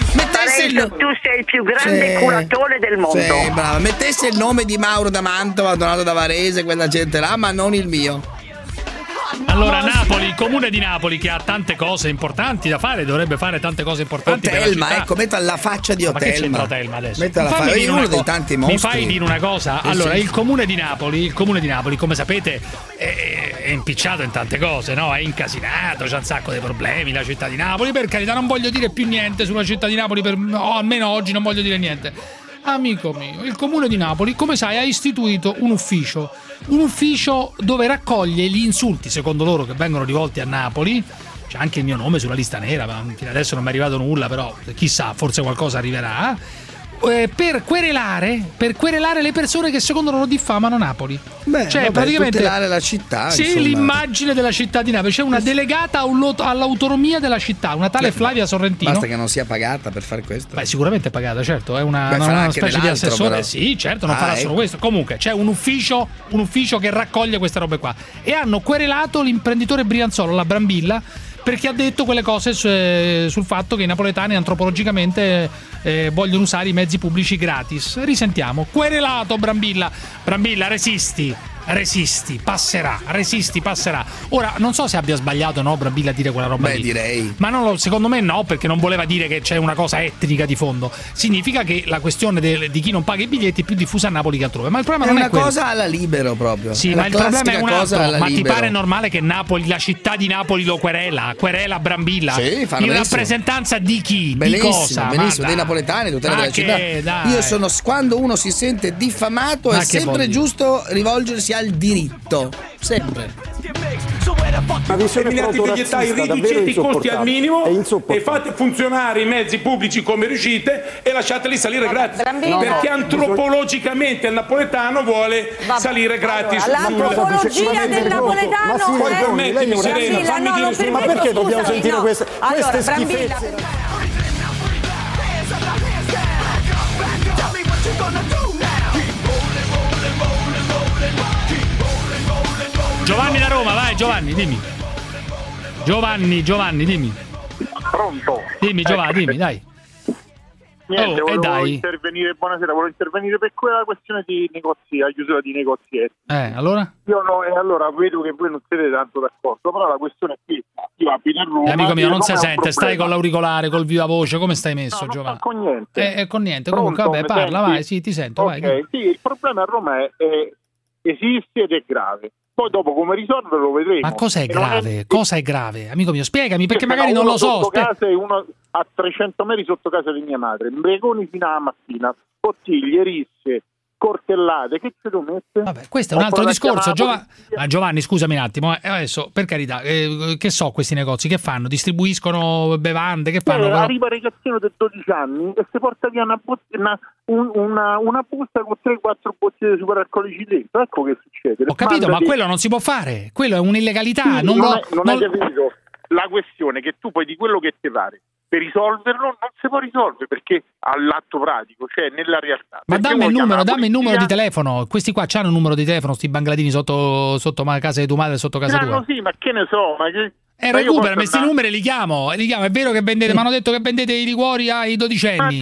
tu sei il più grande curatore del mondo. Sì, brava. Mettesse il nome di Mauro da Mantova, Donato da Varese, quella gente là, ma non il mio. Allora, Napoli, il comune di Napoli, che ha tante cose importanti da fare, dovrebbe fare tante cose importanti. Otelma, ecco, metta la faccia di Otelma. Ma che c'entra Otelma adesso? Metta la faccia, è uno dei tanti mostri. Mi fai dire una cosa? Allora, il comune di Napoli, come sapete, è impicciato in tante cose, no? È incasinato, c'ha un sacco di problemi la città di Napoli. Per carità, non voglio dire più niente sulla città di Napoli, almeno oggi non voglio dire niente. Amico mio, il comune di Napoli, come sai, ha istituito un ufficio dove raccoglie gli insulti, secondo loro, che vengono rivolti a Napoli. C'è anche il mio nome sulla lista nera, ma fino adesso non mi è arrivato nulla, però chissà, forse qualcosa arriverà. Per querelare le persone che secondo loro diffamano Napoli. Praticamente tutelare la città. Sì, insomma. L'immagine della città di Napoli. C'è una delegata all'autonomia della città, una tale Flavia Sorrentino. Basta che non sia pagata per fare questo. Beh, sicuramente è pagata, certo. È una specie di assessore. Però. Sì, certo, non farà solo questo. Comunque, c'è un ufficio che raccoglie queste robe qua. E hanno querelato l'imprenditore Brianzolo, la Brambilla, perché ha detto quelle cose sul fatto che i napoletani antropologicamente vogliono usare i mezzi pubblici gratis. Risentiamo. Querelato Brambilla, resisti, passerà. Ora, non so se abbia sbagliato o no Brambilla a dire quella roba lì. Direi. Ma secondo me no, perché non voleva dire che c'è una cosa etnica di fondo. Significa che la questione di chi non paga i biglietti è più diffusa a Napoli che altrove. Ma il problema non è quello. È una cosa alla Libero proprio. Sì, ma il problema è un altro. Ma ti pare normale che Napoli, la città di Napoli lo querela Brambilla? Sì, fanno in rappresentanza di chi? Benissimo, di cosa? Benissimo, dei napoletani, tutela della città. Dai. Io sono, quando uno si sente diffamato, è sempre giusto rivolgersi al diritto. Sempre. Una visione eliminati riducete i costi al minimo e fate funzionare i mezzi pubblici come riuscite e lattateli salire gratis. Perché antropologicamente il napoletano vuole salire gratis. L'antropologia del napoletano poi permettimi, Serena, fammi dire solo ma perché dobbiamo sentire queste schifezze? Giovanni da Roma, vai Giovanni, dimmi. Giovanni, dimmi. Pronto? Dimmi Giovanni, dimmi, dai. Niente, volevo intervenire, buonasera, volevo intervenire per quella questione di negozi, la chiusura di negozietti. Allora? Allora vedo che voi non siete tanto d'accordo, però la questione è che io abito a Roma. Amico mio, non si sente, stai con l'auricolare, col viva voce, come stai messo, Giovanni? Non con niente. Con niente, comunque vabbè, parla, vai, sì, ti sento, vai. Sì, il problema a Roma esiste ed è grave. Poi dopo come risolverlo lo vedremo. Ma cosa è grave? Cosa è grave? Amico mio, spiegami, perché magari non lo so. Sotto casa e uno a 300 metri sotto casa di mia madre. Mbregoni fino alla mattina, bottiglie, risse, cortellate, che ce lo mette? Vabbè, questo è un altro discorso. Ma Giovanni, scusami un attimo, adesso per carità, che so questi negozi che fanno? Distribuiscono bevande, che fanno? Arriva il ragazzino di 12 anni e si porta via una busta con 3-4 bottiglie di superalcolici dentro. Ecco che succede. Ho capito, ma quello non si può fare, quello è un'illegalità. Sì, non hai capito. La questione è che tu poi di quello che ti pare per risolverlo non si può risolvere perché all'atto pratico, cioè nella realtà. Ma dammi il numero di telefono. Questi qua c'hanno un numero di telefono, sti bangladini sotto casa di tua madre, sotto casa tua? Sì, ma che ne so, recuperami questi numeri, li chiamo. È vero che vendete, mi hanno detto che vendete i liquori ai dodicenni.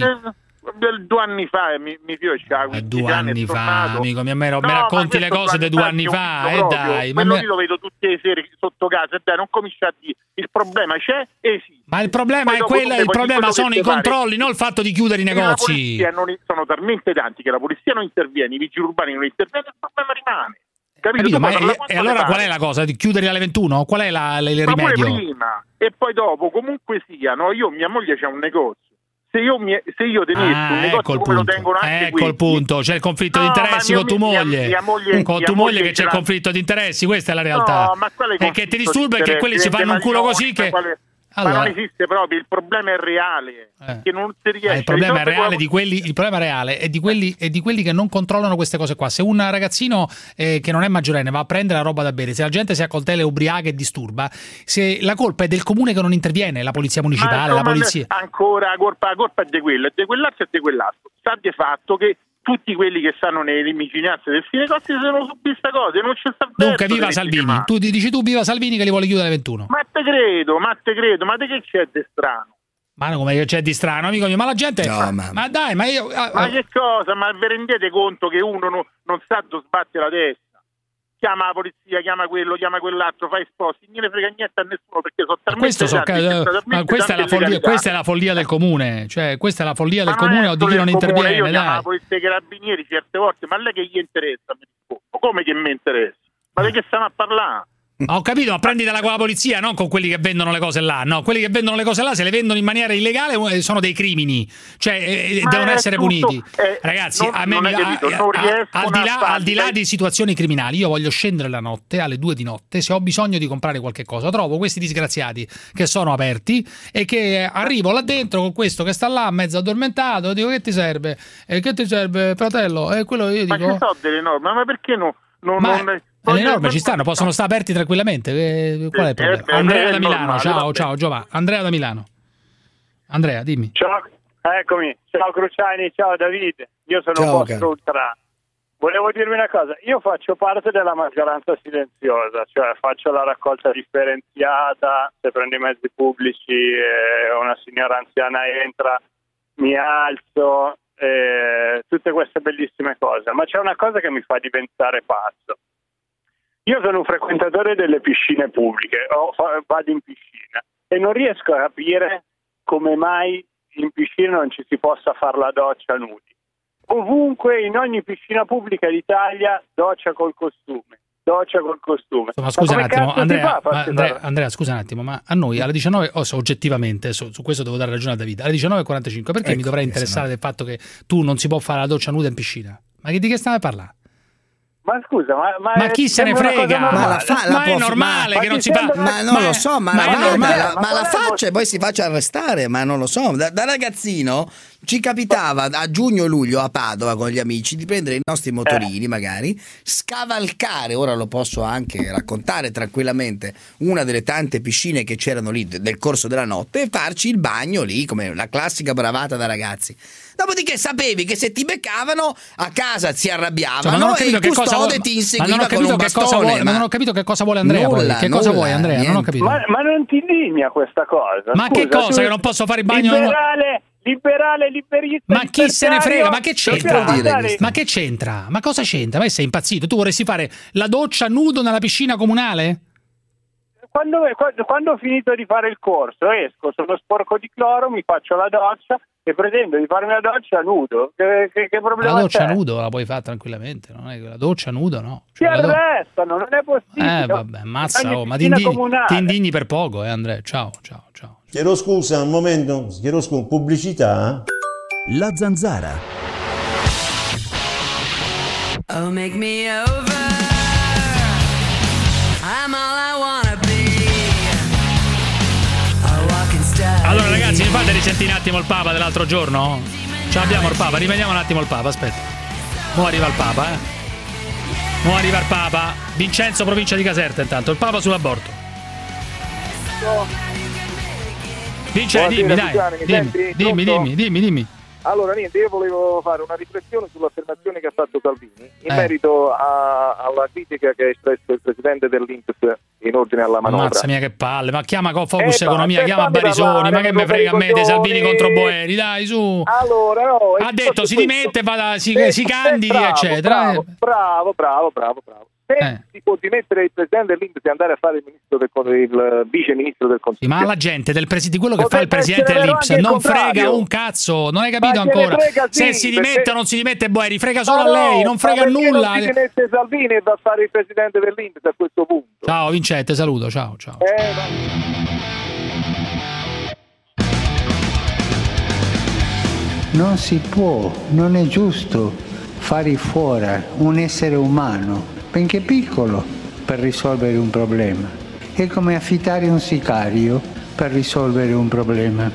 2 anni fa mi piace 2 anni fa, amico mio, mi racconti le cose di 2 anni fa, dai. Ma io lo vedo tutte le sere sotto casa, dai, non comincia a dire il problema c'è, esiste. Ma il problema è quello, il problema sono i controlli, non il fatto di chiudere i negozi. Sono talmente tanti che la polizia non interviene, i vigili urbani non intervengono, il problema rimane. Capito, ma e allora qual è la cosa? Di chiudere alle 21? Qual è il rimedio? Pure prima e poi dopo, comunque sia, mia moglie c'ha un negozio. Se io tenessi un negozio come lo tengono anche ecco il punto, c'è il conflitto di interessi con tua moglie. Con tua moglie che c'è il conflitto di interessi, questa è la realtà. E che ti disturba è che quelli si fanno un culo così che... Ma non esiste proprio, il problema è reale, che non si riesce. Il problema è reale il problema reale è di quelli che non controllano queste cose qua. Se un ragazzino che non è maggiorenne va a prendere la roba da bere, se la gente si accoltella e ubriaca e disturba, se la colpa è del comune che non interviene, la polizia municipale, la polizia. Ancora la colpa è di quello, e di quell'altro e di quell'altro. Sta di fatto che tutti quelli che stanno nelle vicinanze del negozi sono su queste cose, non c'è sta. Dunque viva Salvini, tu viva Salvini che li vuole chiudere alle 21. Ma te credo, ma di che c'è di strano? Ma come c'è di strano, amico mio? Ma la gente... No, ma dai, ma io... Ma che cosa? Ma vi rendete conto che uno non sa dove sbatte la testa? Chiama la polizia, chiama quello, chiama quell'altro, fa esposti, non ne frega niente a nessuno perché sono talmente questa è la follia del comune, cioè questa è la follia del comune o di chi non interviene. Io chiamo la polizia e i carabinieri certe volte, ma a lei che gli interessa? Come che mi interessa? Ma di che stiamo a parlare? Ho capito, ma prenditela con la polizia, non con quelli che vendono le cose là. No, quelli che vendono le cose là, se le vendono in maniera illegale, sono dei crimini, cioè devono essere puniti. Ragazzi, al di là di situazioni criminali, io voglio scendere la notte, alle 2 di notte, se ho bisogno di comprare qualche cosa. Trovo questi disgraziati che sono aperti e che arrivo là dentro con questo che sta là mezzo addormentato, dico che ti serve? Che ti serve, fratello? E quello io dico... Ma ci sono delle norme, ma perché no? Le norme ci stanno, possono stare aperti tranquillamente. Qual è il problema? Andrea da Milano, ciao Giovanni. Andrea da Milano. Andrea, dimmi. Ciao, eccomi. Ciao Cruciani, ciao Davide. Io sono un po' ultra. Volevo dirvi una cosa, io faccio parte della maggioranza silenziosa, cioè faccio la raccolta differenziata, se prendo i mezzi pubblici e una signora anziana entra, mi alzo, tutte queste bellissime cose, ma c'è una cosa che mi fa diventare pazzo. Io sono un frequentatore delle piscine pubbliche, vado in piscina e non riesco a capire come mai in piscina non ci si possa fare la doccia nudi. Ovunque, in ogni piscina pubblica d'Italia, doccia col costume. Ma scusa un attimo, Andrea, scusa un attimo, ma a noi alle 19, oggettivamente, su questo devo dare ragione a Davide, alle 19:45, perché mi dovrei interessare del fatto che tu non si può fare la doccia nuda in piscina? Ma di che stai a parlare? Ma scusa, ma chi se ne frega? Ma è normale che non si fa. Ma non lo so, ma la faccia e poi si faccia arrestare, ma non lo so. Da ragazzino ci capitava a giugno e luglio a Padova con gli amici di prendere i nostri motorini, magari scavalcare, ora lo posso anche raccontare tranquillamente, una delle tante piscine che c'erano lì nel corso della notte e farci il bagno lì, come la classica bravata da ragazzi. Dopodiché sapevi che se ti beccavano a casa si arrabbiavano e il custode ti inseguiva con un bastone. Ma non ho capito che cosa vuole Andrea. Cosa vuoi, Andrea? Non ho capito. Ma non ti indigna questa cosa? Ma scusa, che cosa? Che non posso fare il bagno? Liberale, liberista. Ma chi se ne frega? Ma che c'entra? Ma che c'entra? Ma cosa c'entra? Ma sei impazzito? Tu vorresti fare la doccia nudo nella piscina comunale? Quando ho finito di fare il corso esco, sono sporco di cloro, mi faccio la doccia e pretendo di farmi la doccia nudo. Che problema la doccia c'è? Nudo la puoi fare tranquillamente, non è che la doccia nudo no. Ti arrestano, non è possibile. Vabbè, mazza, ma ti indigni per poco, Andrea. Ciao. Chiedo scusa un momento, pubblicità. La Zanzara. Oh, make me over. I'm all I wanna be. Allora ragazzi, mi fate risentire un attimo il Papa dell'altro giorno? Ce l'abbiamo il Papa, rivediamo un attimo il Papa, aspetta. Mo arriva il Papa, Mo arriva il Papa. Vincenzo, provincia di Caserta, intanto. Il Papa sull'aborto. Vincenzo, dimmi, dai. Dimmi. Allora, niente, io volevo fare una riflessione sull'affermazione che ha fatto Salvini in merito alla critica che ha espresso il presidente dell'Inps in ordine alla manovra. Mazza mia che palle, ma chiama Focus Economia, chiama Barisoni, ma che me frega a me dei Salvini contro Boeri, dai su. Allora, no, ha detto si dimette, si candidi, eccetera. Bravo. Se si può dimettere il presidente dell'Inps e andare a fare il vice ministro del Consiglio. Ma alla gente di quello che fa il presidente dell'Inps non frega un cazzo, non hai capito ancora? Se si dimette o non si dimette Boeri, frega solo a lei, non frega nulla. Non si dimette Salvini e va a fare il presidente dell'Inps a questo punto. Ciao Vincente, saluto, ciao. Non si può, non è giusto fare fuori un essere umano, benché piccolo, per risolvere un problema. È come affittare un sicario per risolvere un problema.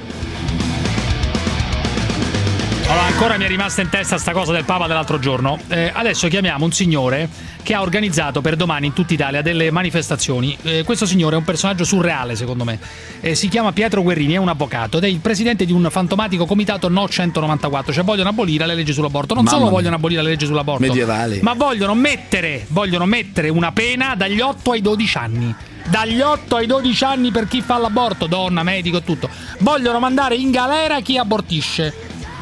Allora, ancora mi è rimasta in testa sta cosa del Papa dell'altro giorno. Adesso chiamiamo un signore che ha organizzato per domani in tutta Italia delle manifestazioni. Questo signore è un personaggio surreale, secondo me. Si chiama Pietro Guerrini, è un avvocato ed è il presidente di un fantomatico comitato No 194, cioè vogliono abolire le leggi sull'aborto. Non solo vogliono abolire le leggi sull'aborto medievali, ma vogliono mettere una pena dagli 8 ai 12 anni. dagli 8 ai 12 anni per chi fa l'aborto, donna, medico e tutto. Vogliono mandare in galera chi abortisce.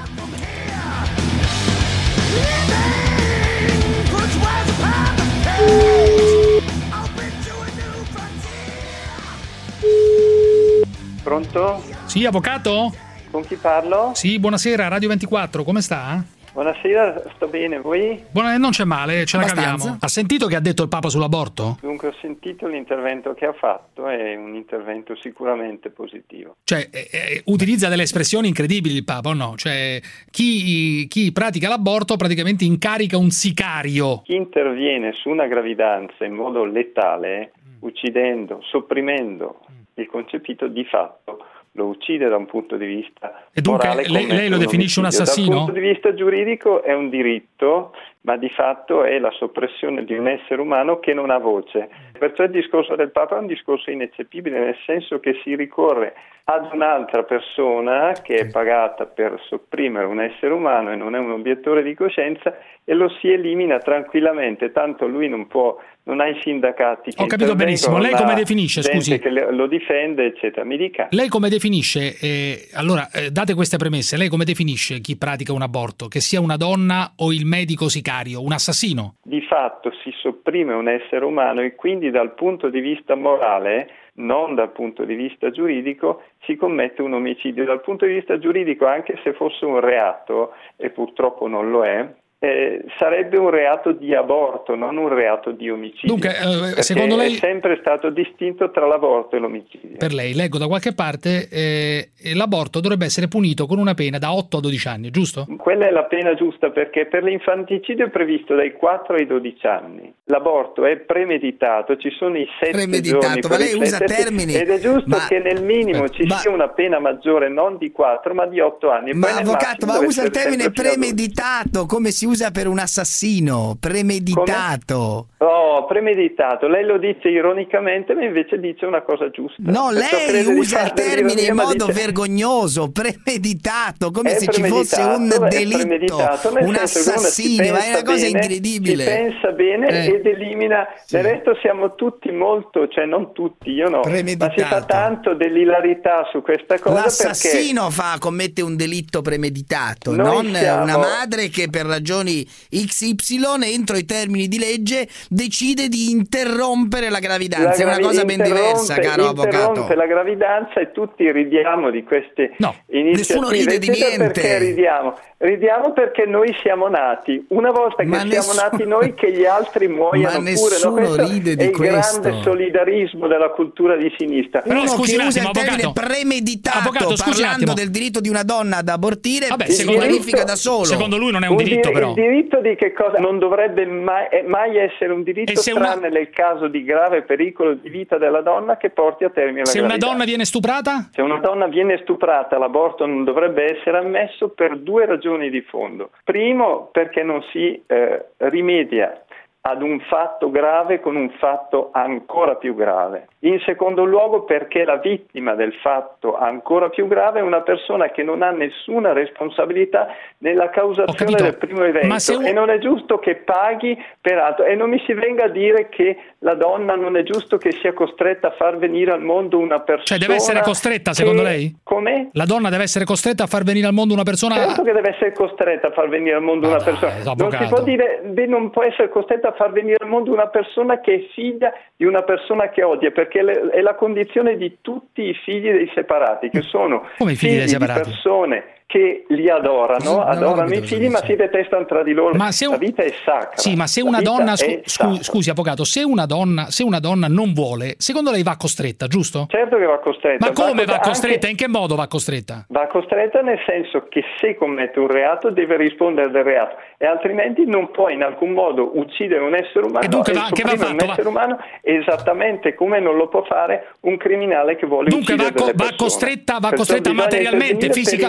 Pronto? Sì, avvocato? Con chi parlo? Sì, buonasera, Radio 24, come sta? Buonasera, sto bene, voi? Non c'è male, ce la caviamo. Ha sentito che ha detto il Papa sull'aborto? Dunque ho sentito l'intervento che ha fatto, è un intervento sicuramente positivo. Cioè, utilizza delle espressioni incredibili il Papa, o no? Cioè, chi pratica l'aborto praticamente incarica un sicario. Chi interviene su una gravidanza in modo letale, uccidendo, sopprimendo il concepito, di fatto lo uccide da un punto di vista e dunque morale. Lei lo definisce un assassino? Dal punto di vista giuridico è un diritto, ma di fatto è la soppressione di un essere umano che non ha voce. Perciò il discorso del Papa è un discorso ineccepibile, nel senso che si ricorre ad un'altra persona che è pagata per sopprimere un essere umano e non è un obiettore di coscienza, e lo si elimina tranquillamente, tanto lui non ha i sindacati che ho capito benissimo. Lei come definisce, scusi? Che lo difende, eccetera. Mi dica. Lei come definisce, date queste premesse, lei come definisce chi pratica un aborto? Che sia una donna o il medico sicario, un assassino? Di fatto si sopprime un essere umano e quindi dal punto di vista morale, non dal punto di vista giuridico, si commette un omicidio. Dal punto di vista giuridico, anche se fosse un reato, e purtroppo non lo è, sarebbe un reato di aborto, non un reato di omicidio. Dunque, secondo lei è sempre stato distinto tra l'aborto e l'omicidio. Per lei, leggo da qualche parte, l'aborto dovrebbe essere punito con una pena da 8 a 12 anni, giusto? Quella è la pena giusta, perché per l'infanticidio è previsto dai 4 ai 12 anni. L'aborto è premeditato, ci sono i 7 giorni per ma lei usa termini, ed è giusto che nel minimo ci sia una pena maggiore, non di 4 ma di 8 anni. Ma avvocato, ma usa il termine premeditato come si usa per un assassino, premeditato. Oh, premeditato, lei lo dice ironicamente, ma invece dice una cosa giusta. No, lei usa il termine in modo vergognoso, premeditato, come se ci fosse un delitto, un assassino, ma è una cosa incredibile. Si pensa bene ed elimina, del resto siamo tutti molto, cioè non tutti, io no, ma si fa tanto dell'ilarità su questa cosa. L'assassino commette un delitto premeditato, non una madre che per ragioni XY entro i termini di legge decide di interrompere la gravidanza. È una cosa ben diversa, caro avvocato. Interrompe la gravidanza e tutti ridiamo di queste iniziative. Nessuno ride di niente. Perché ridiamo? Ridiamo perché noi siamo nati. Una volta che siamo nati noi, che gli altri muoiano pure. Nessuno ride di questo. È il grande solidarismo della cultura di sinistra. Però scusi un attimo, usa il termine premeditato parlando del diritto di una donna ad abortire, si verifica da solo. Secondo lui non è un diritto, però. Il diritto di che cosa? Non dovrebbe mai essere un diritto, tranne nel caso di grave pericolo di vita della donna che porti a termine la gravidanza. Se una donna viene stuprata? Se una donna viene stuprata, l'aborto non dovrebbe essere ammesso per 2 ragioni di fondo. Primo, perché non si rimedia ad un fatto grave con un fatto ancora più grave. In secondo luogo, perché la vittima del fatto ancora più grave è una persona che non ha nessuna responsabilità nella causazione del primo evento, e non è giusto che paghi per altro, e non mi si venga a dire che la donna non è giusto che sia costretta a far venire al mondo una persona. Cioè deve essere costretta, secondo lei? Come? La donna deve essere costretta a far venire al mondo una persona? Certo che deve essere costretta a far venire al mondo una persona. Non si può dire, non può essere costretta a far venire al mondo una persona che è figlia di una persona che odia, perché è la condizione di tutti i figli dei separati, che sono figli di persone che li adorano i figli, ma si detestano tra di loro. La vita è sacra. Sì, ma se una donna, scusi avvocato, se una donna non vuole, secondo lei va costretta, giusto? Certo che va costretta. Ma come va costretta? In che modo va costretta? Va costretta nel senso che se commette un reato deve rispondere del reato, e altrimenti non può in alcun modo uccidere un essere umano. E dunque un essere umano esattamente come non lo può fare un criminale che vuole uccidere delle persone. Va costretta materialmente, fisicamente.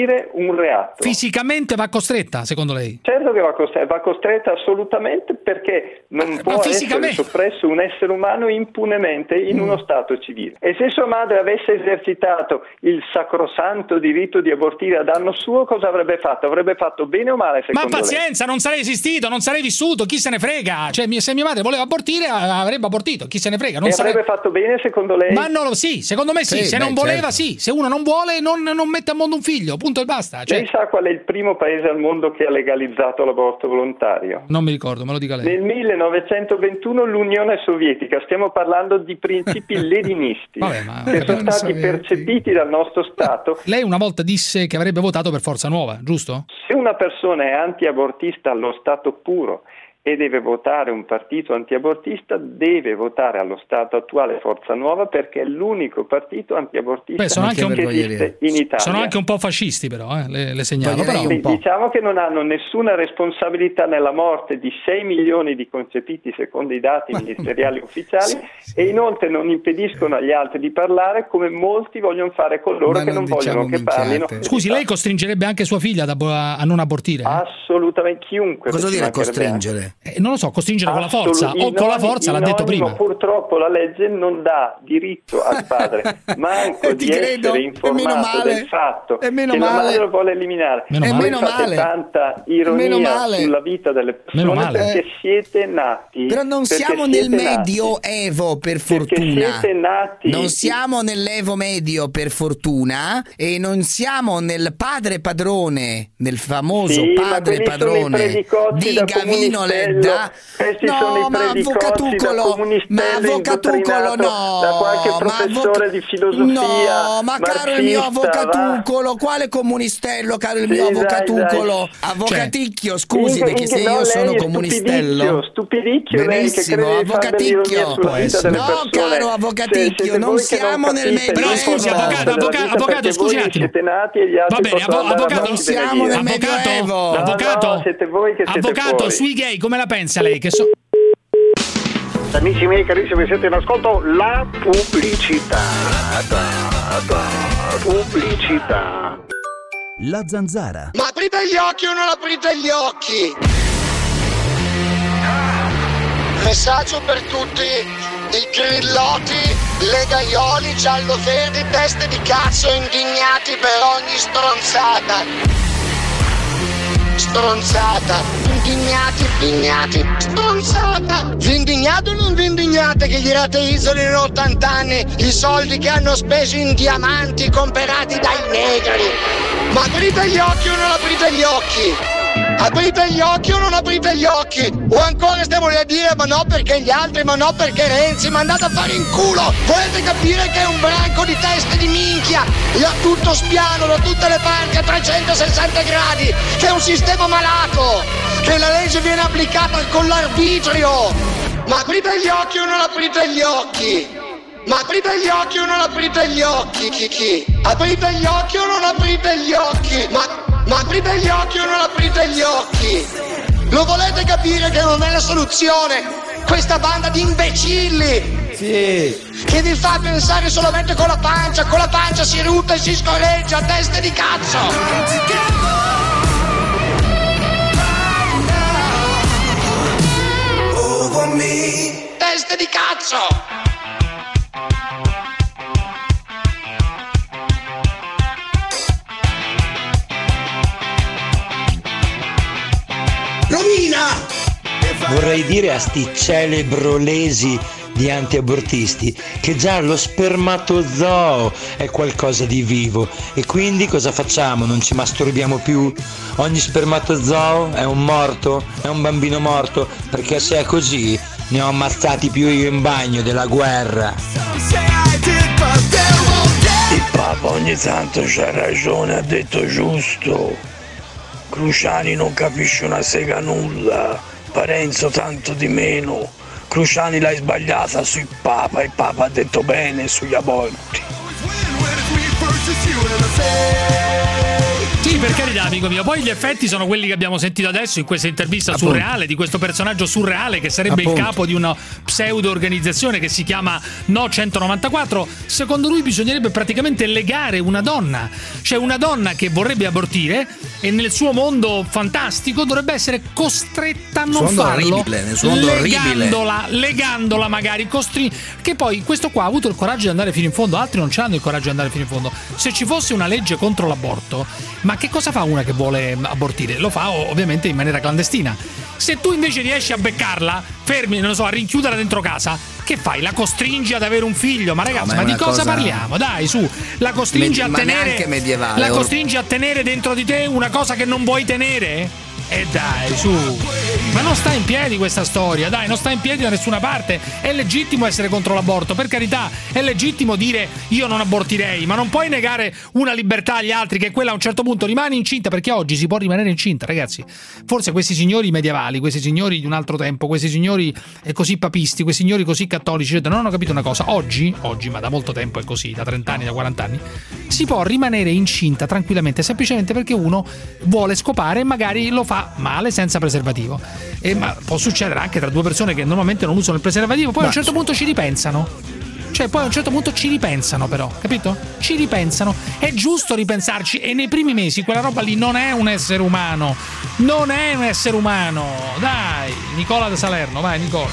costituire un reato. Fisicamente va costretta, secondo lei? Certo che va costretta assolutamente, perché non può essere soppresso un essere umano impunemente in uno Stato civile. E se sua madre avesse esercitato il sacrosanto diritto di abortire a danno suo, cosa avrebbe fatto? Avrebbe fatto bene o male, secondo lei? Ma pazienza, non sarei esistito, non sarei vissuto, chi se ne frega? Cioè, se mia madre voleva abortire, avrebbe abortito, chi se ne frega? Avrebbe fatto bene, secondo lei? Ma no, sì, secondo me sì, se non voleva sì, se uno non vuole non mette a mondo un figlio, punto e basta. Lei sa qual è il primo paese al mondo che ha legalizzato l'aborto volontario? Non mi ricordo, me lo dica lei. Nel 1921 l'Unione Sovietica, stiamo parlando di principi leninisti che sono stati percepiti dal nostro Stato. Lei una volta disse che avrebbe votato per Forza Nuova, giusto? Se una persona è antiabortista allo stato puro e deve votare un partito antiabortista, deve votare allo stato attuale Forza Nuova, perché è l'unico partito antiabortista che esiste in Italia. Sono anche un po' fascisti, però, le segnalo. Però. Diciamo che non hanno nessuna responsabilità nella morte di 6 milioni di concepiti secondo i dati ministeriali ufficiali, e inoltre non impediscono agli altri di parlare, come molti vogliono fare coloro che non vogliono che parlino. Scusi, lei costringerebbe anche sua figlia a non abortire? Assolutamente, chiunque. Cosa vuol dire costringere? Non lo so, costringere con la forza o con la forza, l'ha detto prima. Purtroppo la legge non dà diritto al padre manco di essere informato del fatto che la madre lo vuole eliminare. Meno male. Tanta ironia sulla vita delle persone, perché siete nati. Però non siamo nel medioevo, per fortuna. Siete nati. Non siamo nell'evo medio, per fortuna, e non siamo nel padre padrone, nel famoso padre padrone di Gavino Ledda. No, ma avvocatucolo no, da qualche professore di filosofia. No, ma caro il mio avvocatucolo, quale comunistello, caro il mio avvocatucolo? Avvocaticchio, scusi, perché se io sono comunistello. Stupidicchio, benissimo, avvocaticchio. No, caro avvocaticchio, non siamo nel medio. Però scusi, avvocato, scusi un attimo. Va bene, avvocato, non siamo nel medioevo. Avvocato, sui gay come la pensa lei? Amici miei carissimi, siete in ascolto la pubblicità. Pubblicità. La Zanzara. Ma aprite gli occhi o non aprite gli occhi? Messaggio per tutti i grillotti, legaioli, giallo-verdi, teste di cazzo indignati per ogni stronzata. Stronzata, indignati, stronzata. Vi indignate o non vi indignate che gli rateizzano 80 anni i soldi che hanno speso in diamanti comprati dai negri? Ma aprite gli occhi o non aprite gli occhi? Aprite gli occhi o non aprite gli occhi? O ancora stiamo lì a dire ma no perché gli altri, ma no perché Renzi, ma andate a fare in culo. Volete capire che è un branco di teste di minchia da tutto spiano, da tutte le parti a 360 gradi, che è un sistema malato, che la legge viene applicata con l'arbitrio. Ma aprite gli occhi o non aprite gli occhi? Ma aprite gli occhi o non aprite gli occhi? Chi? Aprite gli occhi o non aprite gli occhi? Ma aprite gli occhi o non aprite gli occhi? Lo volete capire che non è la soluzione? Questa banda di imbecilli! Sì! Che vi fa pensare solamente con la pancia si rutta e si scorreggia, teste di cazzo! Teste di cazzo! Rovina! Vorrei dire a sti celebrolesi di antiabortisti che già lo spermatozoo è qualcosa di vivo e quindi cosa facciamo? Non ci masturbiamo più? Ogni spermatozoo è un morto? È un bambino morto? Perché se è così ne ho ammazzati più io in bagno della guerra. Il Papa ogni tanto c'ha ragione, ha detto giusto. Cruciani non capisce una sega nulla, Parenzo tanto di meno. Cruciani l'hai sbagliata sui Papa, il Papa ha detto bene sugli aborti. Sì, per carità, amico mio. Poi gli effetti sono quelli che abbiamo sentito adesso in questa intervista surreale di questo personaggio surreale che sarebbe il capo di una pseudo organizzazione che si chiama No 194. Secondo lui bisognerebbe praticamente legare una donna, cioè una donna che vorrebbe abortire e nel suo mondo fantastico dovrebbe essere costretta a non farlo, legandola magari, che poi questo qua ha avuto il coraggio di andare fino in fondo, altri non ce l'hanno il coraggio di andare fino in fondo. Se ci fosse una legge contro l'aborto, ma che cosa fa una che vuole abortire? Lo fa ovviamente in maniera clandestina. Se tu invece riesci a beccarla, fermi, non lo so, a rinchiuderla dentro casa, che fai? La costringi ad avere un figlio? Ma ragazzi, ma di cosa parliamo? Dai, su, la costringi a tenere medievale, la costringi a tenere dentro di te una cosa che non vuoi tenere? E dai, su. Ma non sta in piedi questa storia, dai, non sta in piedi da nessuna parte. È legittimo essere contro l'aborto, per carità, è legittimo dire io non abortirei, ma non puoi negare una libertà agli altri, che quella a un certo punto rimane incinta, perché oggi si può rimanere incinta, ragazzi. Forse questi signori medievali, questi signori di un altro tempo, questi signori così papisti, questi signori così cattolici, non hanno capito una cosa. Oggi, ma da molto tempo è così, da 30 anni, da 40 anni, si può rimanere incinta tranquillamente, semplicemente perché uno vuole scopare e magari lo fa male senza preservativo. Ma può succedere anche tra due persone che normalmente non usano il preservativo, poi a un certo punto ci ripensano. Cioè poi a un certo punto ci ripensano, però, capito? Ci ripensano. È giusto ripensarci, e nei primi mesi quella roba lì non è un essere umano. Non è un essere umano. Dai, Nicola da Salerno, vai Nicola.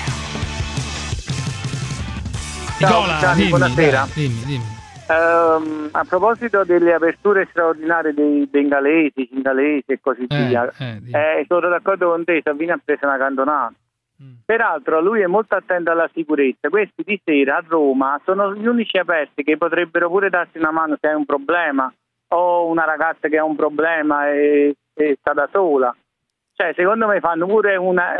Nicola, Gianni, buonasera. Dimmi. A proposito delle aperture straordinarie dei bengalesi, cingalesi e così via, sono d'accordo con te, Salvini ha preso una cantonata. Peraltro lui è molto attento alla sicurezza. Questi di sera a Roma sono gli unici aperti che potrebbero pure darsi una mano se hai un problema, o una ragazza che ha un problema e sta da sola. Cioè, secondo me fanno pure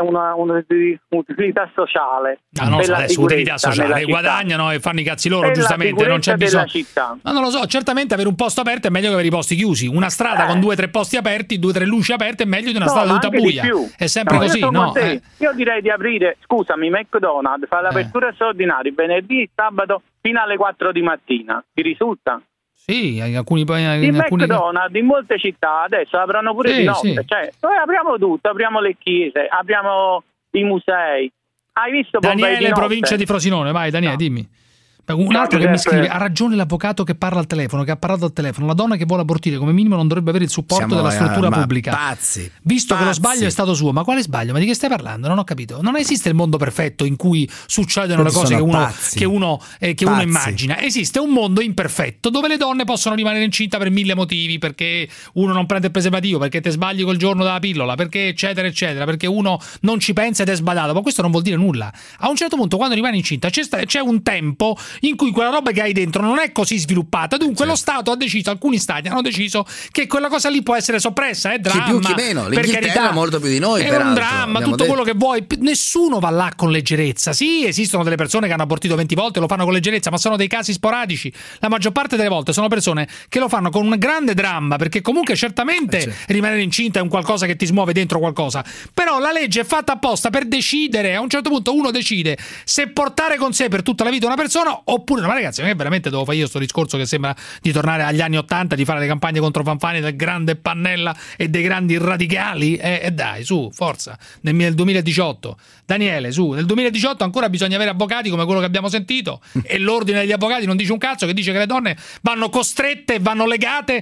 un'utilità sociale. Utilità sociale, guadagnano e fanno i cazzi loro, giustamente, non c'è bisogno. Ma non lo so, certamente avere un posto aperto è meglio che avere i posti chiusi. Una strada con 2 o 3 posti aperti, 2 o 3 luci aperte è meglio di una strada tutta buia. È sempre così, no? Io direi di aprire, scusami, McDonald's fa l'apertura straordinaria venerdì e sabato fino alle 4 di mattina. Ti risulta? Sì, McDonald's in molte città adesso aprono pure di notte. Sì. Cioè, noi apriamo tutto, apriamo le chiese, apriamo i musei. Hai visto Daniele, provincia di Frosinone, vai Daniele, dimmi. Un altro che mi scrive: ha ragione l'avvocato che parla al telefono, che ha parlato al telefono. La donna che vuole abortire come minimo non dovrebbe avere il supporto della struttura pubblica. Pazzi. Visto che lo sbaglio è stato suo. Ma quale sbaglio? Ma di che stai parlando? Non ho capito. Non esiste il mondo perfetto in cui succedono le cose che uno immagina. Esiste un mondo imperfetto dove le donne possono rimanere incinta per 1000 motivi, perché uno non prende il preservativo, perché te sbagli col giorno della pillola, perché eccetera eccetera, perché uno non ci pensa ed è sbadato. Ma questo non vuol dire nulla. A un certo punto, quando rimane incinta, c'è un tempo in cui quella roba che hai dentro non è così sviluppata, dunque lo Stato ha deciso, alcuni stati hanno deciso che quella cosa lì può essere soppressa, è dramma, chi più chi meno, l'Inghilterra molto più di noi, è un dramma, tutto quello che vuoi, nessuno va là con leggerezza. Sì, esistono delle persone che hanno abortito 20 volte e lo fanno con leggerezza, ma sono dei casi sporadici. La maggior parte delle volte sono persone che lo fanno con un grande dramma, perché comunque certamente rimanere incinta è un qualcosa che ti smuove dentro qualcosa, però la legge è fatta apposta per decidere. A un certo punto uno decide se portare con sé per tutta la vita una persona oppure. Ma ragazzi, ma veramente devo fare io sto discorso che sembra di tornare agli anni '80, di fare le campagne contro Fanfani del grande Pannella e dei grandi radicali? Dai, su, forza, nel 2018. Daniele, su, nel 2018 ancora bisogna avere avvocati come quello che abbiamo sentito e l'ordine degli avvocati non dice un cazzo, che dice che le donne vanno costrette, vanno legate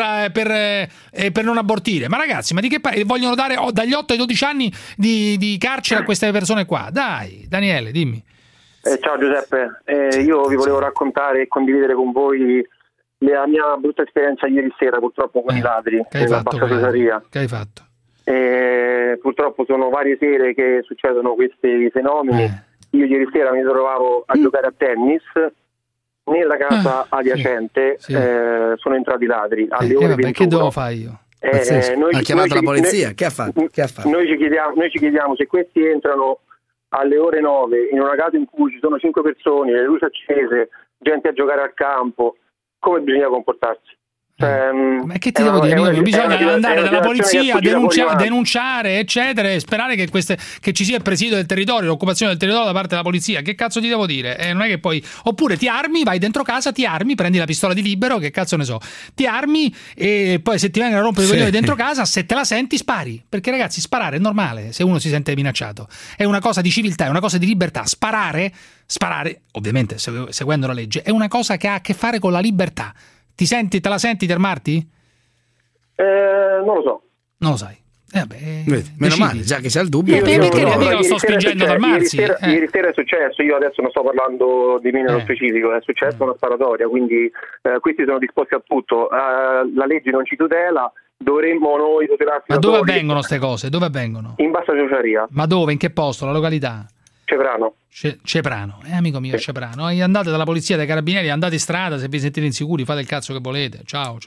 per non abortire. Ma ragazzi, ma di che vogliono dare dagli 8 ai 12 anni di carcere a queste persone qua? Dai, Daniele, dimmi. Ciao Giuseppe, io vi volevo raccontare e condividere con voi la mia brutta esperienza ieri sera, purtroppo con i ladri nella Bassa Cesaria. Che hai fatto? Purtroppo sono varie sere che succedono questi fenomeni. Io ieri sera mi trovavo a giocare a tennis nella casa adiacente, sono entrati i ladri alle ore 21. Che devo fare io? Ha chiamato la polizia? Che ha fatto? Noi ci chiediamo se questi entrano alle ore 9 in una casa in cui ci sono 5 persone, le luci accese, gente a giocare al campo, come bisogna comportarsi? Ma che ti devo dire? Bisogna andare dalla polizia, denunciare, eccetera, e sperare che ci sia il presidio del territorio, l'occupazione del territorio da parte della polizia. Che cazzo ti devo dire? Non è che poi. Oppure ti armi, vai dentro casa, ti armi, prendi la pistola di Libero, che cazzo ne so, ti armi e poi se ti vengono a rompere i coglioni dentro casa, se te la senti, spari. Perché ragazzi, sparare è normale se uno si sente minacciato. È una cosa di civiltà, è una cosa di libertà. Sparare, ovviamente seguendo la legge, è una cosa che ha a che fare con la libertà. Te la senti di armarti? Non lo so. Non lo sai. Meno male, già che c'è il dubbio. Perché lo sto spingendo ad armarsi? Ieri sera è successo, io adesso non sto parlando di me nello specifico, è successa una sparatoria, quindi questi sono disposti a tutto. La legge non ci tutela, dovremmo noi tutelarsi. Ma dove avvengono queste cose? Dove avvengono? In Bassa Ciociaria. Ma dove? In che posto? La località? Ceprano. Ceprano, amico mio, Ceprano. Andate dalla polizia, dai carabinieri, andate in strada, se vi sentite insicuri, fate il cazzo che volete. Ciao.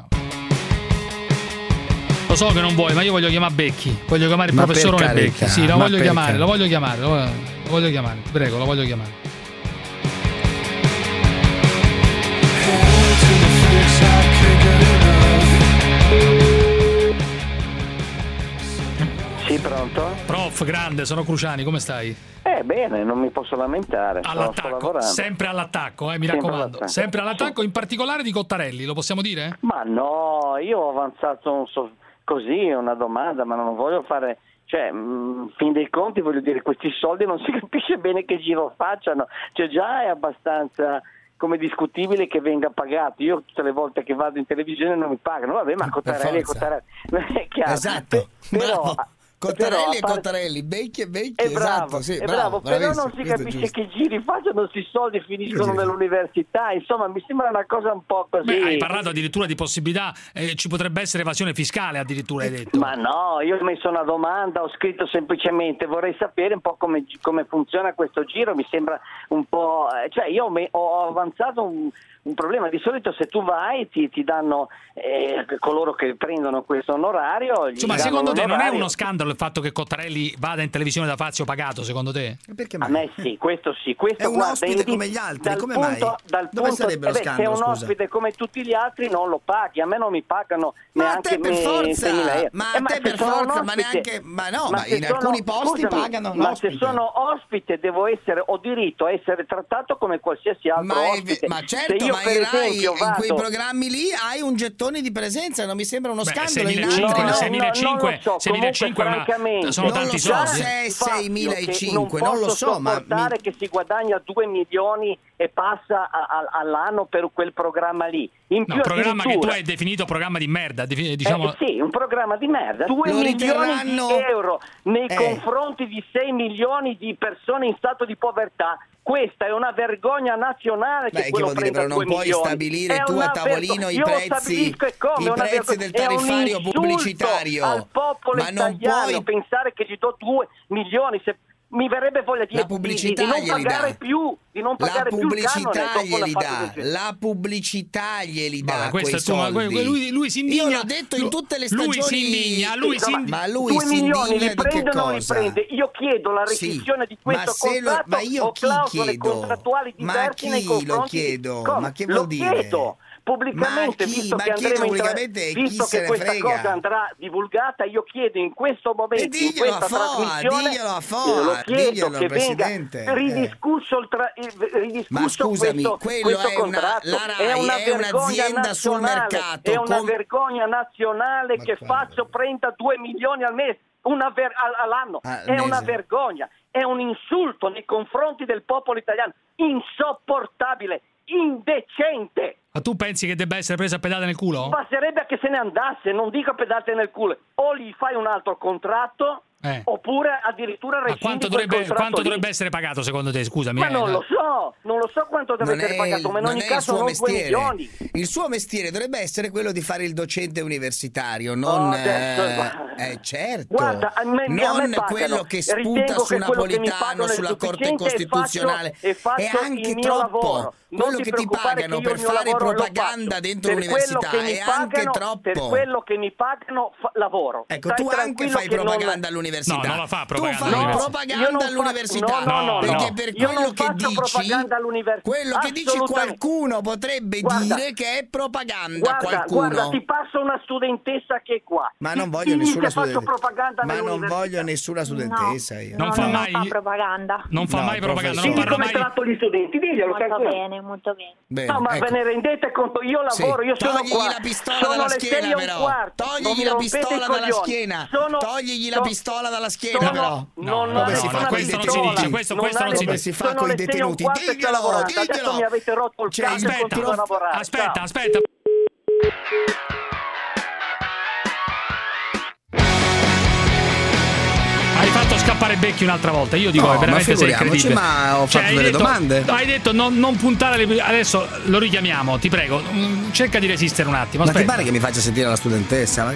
Lo so che non vuoi, ma io voglio chiamare Becchi. Voglio chiamare il professore Becchi. Sì, lo voglio chiamare. Prego, lo voglio chiamare. Sì, pronto? Prof, grande, sono Cruciani, come stai? Bene, non mi posso lamentare. Sto lavorando. Sempre all'attacco, mi raccomando. Sempre all'attacco, in particolare di Cottarelli, lo possiamo dire? Ma no, io ho avanzato così una domanda, ma non voglio fare. Fin dei conti, voglio dire, questi soldi non si capisce bene che giro facciano. Già è abbastanza discutibile che venga pagato. Io tutte le volte che vado in televisione non mi pagano. Vabbè, ma Cottarelli è Cottarelli. È chiaro. Esatto. Però, Cottarelli e Cottarelli, Becchi e Becchi, esatto, sì, bravo, però non si capisce che giri facciano, questi soldi finiscono nell'università, insomma mi sembra una cosa un po' così. Hai parlato addirittura di possibilità, ci potrebbe essere evasione fiscale addirittura, hai detto. Ma no, io ho messo una domanda, ho scritto semplicemente vorrei sapere un po' come funziona questo giro, mi sembra un po', io ho avanzato un problema. Di solito se tu vai ti danno coloro che prendono questo onorario. Ma secondo te non è uno scandalo il fatto che Cottarelli vada in televisione da Fazio pagato, secondo te? Perché mai? A me sì, questo sì. Questo è un ospite come gli altri, come mai? Dove sarebbe lo scandalo? Se è un ospite come tutti gli altri non lo paghi, a me non mi pagano neanche 6.000 euro. Ma a te per forza, ma neanche, ma in alcuni posti pagano. Ma se sono ospite ho diritto a essere trattato come qualsiasi altro ospite. Ma certo, ma in Rai, in quei programmi lì hai un gettone di presenza, non mi sembra uno scandalo. 6.500 sono tanti soldi. 6.500 non lo so, ma che si guadagna 2 milioni e passa all'anno per quel programma lì. In più, programma che tu hai definito programma di merda, diciamo. Sì, un programma di merda. 2 milioni di euro nei confronti di 6 milioni di persone in stato di povertà. Questa è una vergogna nazionale. Che vuol dire, però non puoi stabilire tu a tavolino i prezzi del tariffario pubblicitario al popolo italiano, pensare che gli do 2 milioni. Mi verrebbe voglia di non pagare più, il canone. La pubblicità glieli dà quei soldi. Lui si indigna. Io l'ho detto in tutte le stagioni. Ma lui si indigna di che cosa? Io chiedo la rescissione di questo contratto. Ma io chi chiedo? Ma chi lo chiedo? Ma che vuol dire? Pubblicamente, visto che questa cosa andrà divulgata, io chiedo in questo momento, in questa trasmissione, diglielo che venga ridiscusso ma scusami, questo contratto. La Rai è un'azienda sul mercato. È una vergogna nazionale che faccio 32 milioni al mese. All'anno è una vergogna, è un insulto nei confronti del popolo italiano, insopportabile, indecente. Ma tu pensi che debba essere presa a pedate nel culo? Basterebbe che se ne andasse, non dico a pedate nel culo, o gli fai un altro contratto oppure addirittura rescindi quanto dovrebbe essere pagato secondo te, scusami? Ma non lo so quanto deve essere pagato, ma in ogni caso non 2 milioni. Il suo mestiere dovrebbe essere quello di fare il docente universitario, non certo, guarda, non quello che sputa su Napolitano, sulla Corte Costituzionale. È anche troppo quello che ti pagano per fare propaganda dentro l'università, è anche troppo. Per quello che mi pagano lavoro. Ecco, tu anche fai propaganda all'università. all'università. No, non la fa propaganda. Tu fai propaganda all'università. No, perché per io quello non che faccio dici, propaganda all'università. quello che dici qualcuno potrebbe dire che è propaganda. Guarda, ti passo una studentessa che è qua. Ma non voglio nessuna studentessa. Propaganda ma non voglio nessuna studentessa io. Non fa mai propaganda. Non fa mai propaganda, non parla parla mai. Come tratto gli studenti, diglielo. Molto bene. No, ma ve ne rendete conto? Io lavoro, io sono qua. Togligli la pistola dalla schiena, però. Togligli la pistola dalla schiena. Togligli la pistola dalla schiena, però. Questo non si dice, questo non si dice. Come si fa con i detenuti? Diglielo. Adesso mi avete rotto il cazzo e continuo a lavorare. Aspetta. Hai fatto scappare Becchi un'altra volta. Io dico, è veramente sei incredibile. Ma ho fatto delle domande. Hai detto non puntare adesso lo richiamiamo, ti prego. Cerca di resistere un attimo. Ma ti pare che mi faccia sentire la studentessa?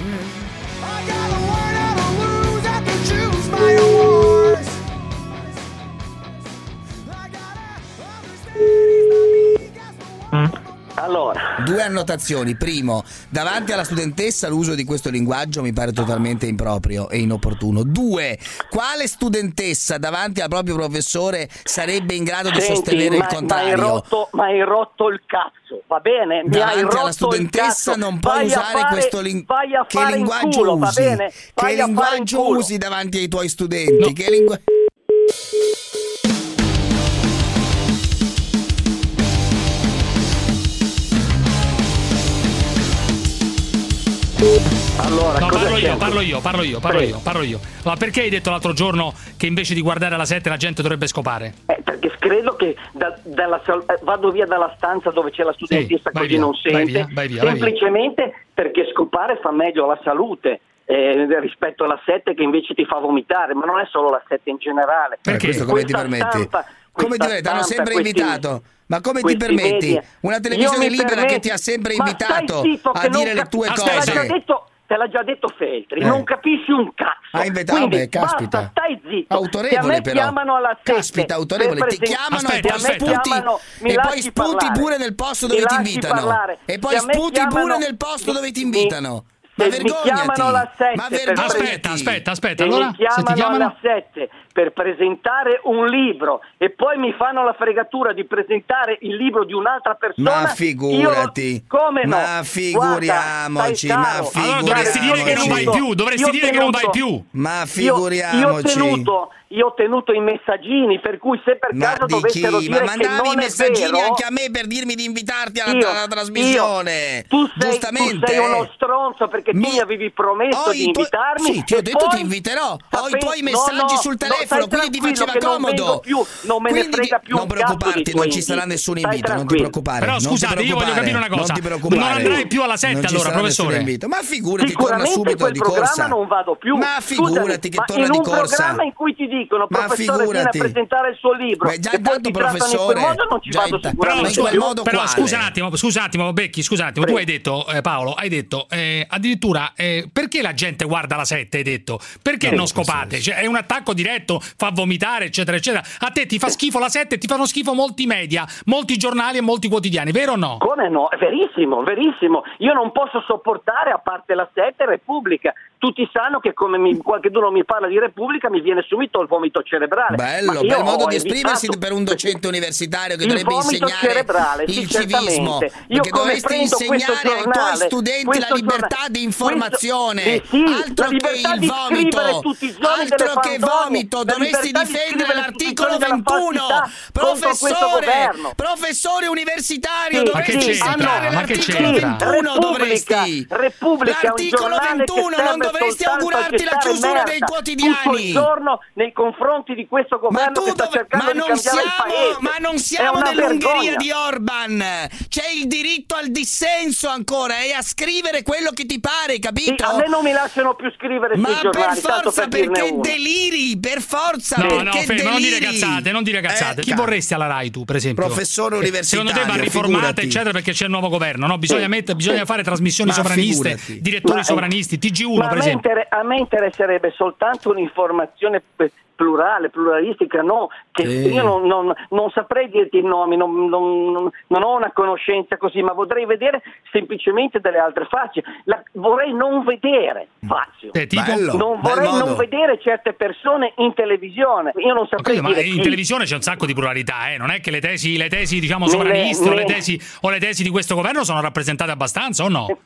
Allora, 2 annotazioni. Primo, davanti alla studentessa l'uso di questo linguaggio mi pare totalmente improprio e inopportuno. 2, quale studentessa davanti al proprio professore sarebbe in grado di sostenere il contrario? Ma hai rotto il cazzo, va bene? Davanti alla studentessa non puoi usare questo linguaggio. Che linguaggio culo, usi? Va bene? Che linguaggio usi davanti ai tuoi studenti? Che linguaggio... Allora, no, parlo io. Allora, perché hai detto l'altro giorno che invece di guardare la 7 la gente dovrebbe scopare? Perché credo che vado via dalla stanza dove c'è la studentessa, così via, non sente. Vai via. Semplicemente perché scopare fa meglio alla salute. Rispetto alla 7 che invece ti fa vomitare, ma non è solo la 7 in generale. Perché? Questo come ti permetti? Come ti permetti? Hanno sempre invitato. Ma come ti permetti? Media. Una televisione libera che ti ha sempre invitato a dire le tue cose. Te l'ha già detto Feltri, non capisci un cazzo. Quindi caspita. Stai zitto. Autorevole però. Chiamano alla 7. Caspita, autorevole, ti chiamano e poi sputi pure nel posto dove ti invitano. E poi sputi pure nel posto dove ti invitano. Ma vergognati. Ma aspetta. Allora, se ti chiamano alla 7 per presentare un libro e poi mi fanno la fregatura di presentare il libro di un'altra persona, ma figurati. Come no? Ma figuriamoci. Allora dovresti dire che non vai più. Ma figuriamoci. Io ho tenuto i messaggini, per cui se per caso dovessero dire che non i messaggini anche a me per dirmi di invitarti alla trasmissione. Tu sei uno stronzo perché tu mi avevi promesso di invitarmi. Sì, ti ho detto ti inviterò. Ho i tuoi messaggi sul telefono, quindi ti faceva comodo. Non me ne frega più. Non preoccuparti, non ci sarà nessun invito, non ti preoccupare. Però scusate, io voglio capire una cosa. Non andrai più alla 7 allora, professore? Ma figurati, torna subito di corsa. Non vado più. Ma figurati che torna di corsa. In un programma in cui ti dicono professore viene a presentare il suo libro e poi ti trattano in quel modo, non ci vado sicuramente. Però scusa un attimo Becchi, tu hai detto Paolo, hai detto addirittura perché la gente guarda la 7, hai detto perché non scopate, cioè, è un attacco diretto, fa vomitare eccetera eccetera. A te ti fa schifo la 7, ti fanno schifo molti media, molti giornali e molti quotidiani, vero o no? Come no? È verissimo. Io non posso sopportare, a parte la 7, Repubblica. Tutti sanno che come qualcuno mi parla di Repubblica mi viene subito il vomito cerebrale. Bello, bel modo di esprimersi per un docente universitario che dovrebbe insegnare il civismo, perché dovresti insegnare ai tuoi studenti la libertà di informazione, altro che il vomito, altro che vomito, dovresti difendere l'articolo 21, professore universitario, dovresti difendere l'articolo 21, dovresti, l'articolo 21, non dovresti augurarti la chiusura dei quotidiani tutto il giorno nei confronti di questo governo che sta cercando di cambiare il paese. Ma non siamo nell'Ungheria di Orban, c'è il diritto al dissenso ancora e a scrivere quello che ti pare, capito? A me non mi lasciano più scrivere sui giornali, per forza, perché deliri, per forza, no, deliri. Non dire cazzate. Chi vorresti alla Rai tu, per esempio? Professore universitario. Secondo te va riformata eccetera perché c'è il nuovo governo, no? Bisogna fare trasmissioni sovraniste, direttori sovranisti, TG1 per esempio. A me interesserebbe soltanto un'informazione plurale, pluralistica, no, che io non saprei dirti i nomi, non ho una conoscenza così, ma vorrei vedere semplicemente delle altre facce. Vorrei non vedere Fazio, non vorrei non vedere certe persone in televisione. Io non saprei dire in televisione c'è un sacco di pluralità, non è che le tesi diciamo sovraniste o le tesi di questo governo sono rappresentate abbastanza o no?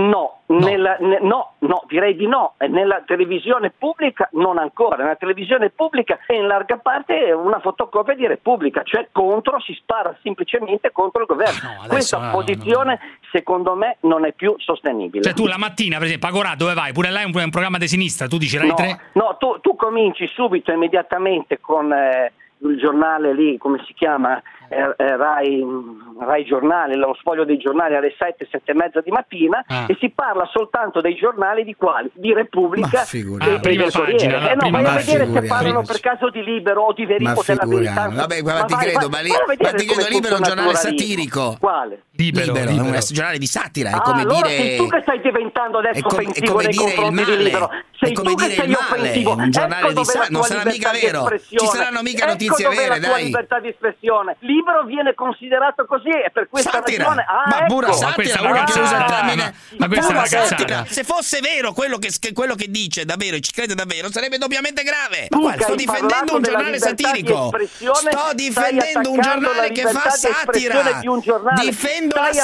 No, direi di no. Nella televisione pubblica non ancora. Nella televisione pubblica è in larga parte una fotocopia di Repubblica, cioè si spara semplicemente contro il governo. Questa posizione secondo me non è più sostenibile. Cioè tu la mattina, per esempio, Agorà, dove vai? Pure là è un programma di sinistra, tu dici Rai 3? No, tu cominci subito, immediatamente con il giornale lì, come si chiama? Rai Giornale, lo sfoglio dei giornali alle 7:30 di mattina, e si parla soltanto dei giornali di quali? Di Repubblica e prima pagina. Vai a vedere se parlano per caso di Libero o di Verità o della Verità. Vabbè, ti credo, ma Libero è un giornale satirico. Quale? Libero è un giornale di satira, è come allora dire. sei tu che stai diventando adesso offensivo nei confronti di Libero. Sei tu che sei offensivo. Un giornale di satira, non sarà mica vero. Ci saranno mica notizie vere, dai. Libertà di espressione. Libero viene considerato così e per questa ragione ma pura satira, uno che usa il termine, ma questa è una cazzata. Se fosse vero quello che dice davvero e ci crede davvero, sarebbe doppiamente grave. Ma sto difendendo un giornale satirico, sto difendendo un giornale che fa satira, difendo la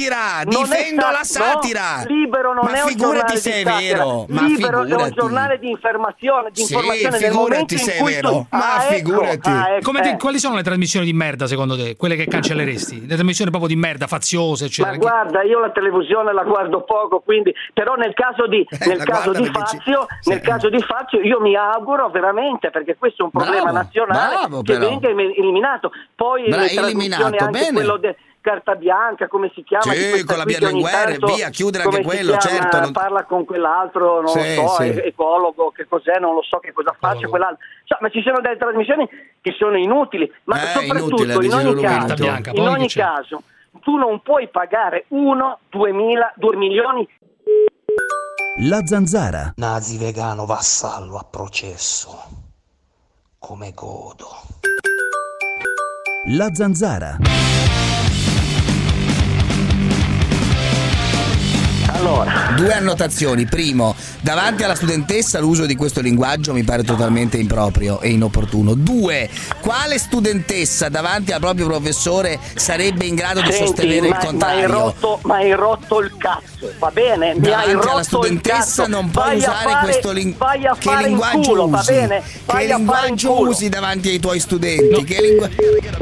satira. Libero non è un giornale se è vero, Libero è un giornale di informazione nel momento in cui figurati. Quali sono le trasmissioni di merda secondo te? Quelle che cancelleresti? Le trasmissioni proprio di merda, faziose, eccetera. Ma guarda, io la televisione la guardo poco, quindi però nel caso di Fazio io mi auguro veramente, perché questo è un problema nazionale, che venga eliminato. Poi le trasmissioni anche quello Carta Bianca, come si chiama? Sì, con la Berlinguer, via, chiudere anche quello, certo. Parla con quell'altro, non lo so, ecologo, che cos'è, non lo so che cosa faccia quell'altro. Ma ci sono delle trasmissioni che sono inutili, ma soprattutto in ogni caso tu non puoi pagare 2 milioni. La Zanzara. Nazi vegano vassallo a processo. Come godo. La Zanzara. Allora, 2 annotazioni. Primo, davanti alla studentessa l'uso di questo linguaggio mi pare totalmente improprio e inopportuno. 2, quale studentessa davanti al proprio professore sarebbe in grado di sostenere il contrario? Ma hai rotto il cazzo, va bene? Davanti alla studentessa non puoi usare questo linguaggio. Che linguaggio usi? Va bene? Che linguaggio usi davanti ai tuoi studenti? Che linguaggio?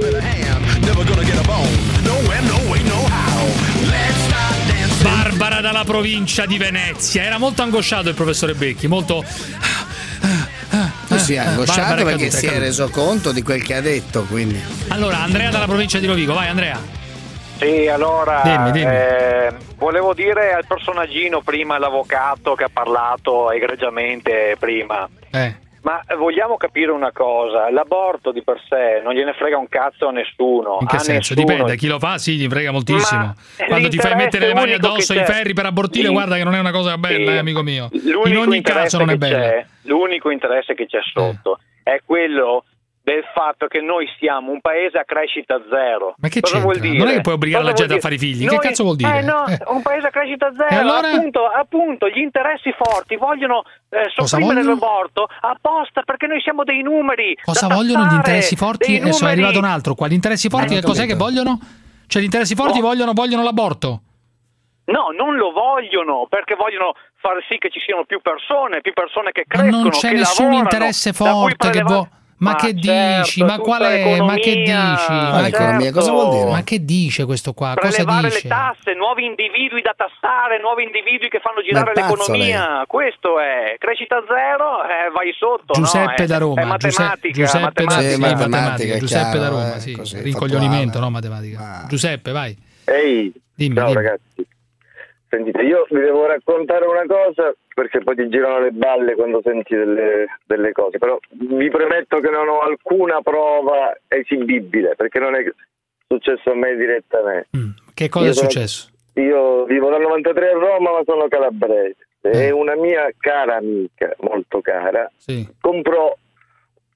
Barbara dalla provincia di Venezia. Era molto angosciato il professore Becchi, molto. Si è angosciato perché si è reso conto di quel che ha detto, quindi. Allora, Andrea dalla provincia di Rovigo, vai Andrea. Sì, allora dimmi. Volevo dire al personaggino prima, l'avvocato che ha parlato egregiamente prima. Ma vogliamo capire una cosa, l'aborto di per sé non gliene frega un cazzo a nessuno. In che senso? Dipende, chi lo fa sì, gli frega moltissimo. Quando ti fai mettere le mani addosso ai ferri per abortire, guarda che non è una cosa bella, amico mio. In ogni caso non è bella. L'unico interesse che c'è sotto è quello del fatto che noi siamo un paese a crescita zero. Ma che cosa vuol dire? Non è che puoi obbligare la gente a fare i figli. Che cazzo vuol dire? Un paese a crescita zero. E allora? Appunto, gli interessi forti vogliono sopprimere l'aborto apposta perché noi siamo dei numeri. Cosa vogliono gli interessi forti? Adesso è arrivato un altro qua. Gli interessi forti che cos'è che vogliono? Cioè gli interessi forti vogliono l'aborto. No, non lo vogliono, perché vogliono far sì che ci siano più persone che crescono, ma non c'è nessun interesse forte che Ma che dici? Ma qual è? Ma che dici? L'economia, cosa vuol dire? Ma che dice questo qua? Prelevare cosa dice? Le tasse, nuovi individui da tassare, nuovi individui che fanno girare l'economia. Lei. Questo è crescita zero, vai sotto. Giuseppe da Roma. È matematica. Giuseppe matematica. Giuseppe da Roma, sì. Rincoglionimento, no matematica. Giuseppe, vai. Ehi, ciao ragazzi. Sentite, io vi devo raccontare una cosa perché poi ti girano le balle quando senti delle cose, però vi premetto che non ho alcuna prova esibibile perché non è successo a me direttamente. Che cosa è successo? Io vivo dal 93 a Roma ma sono calabrese e una mia cara amica, molto cara, comprò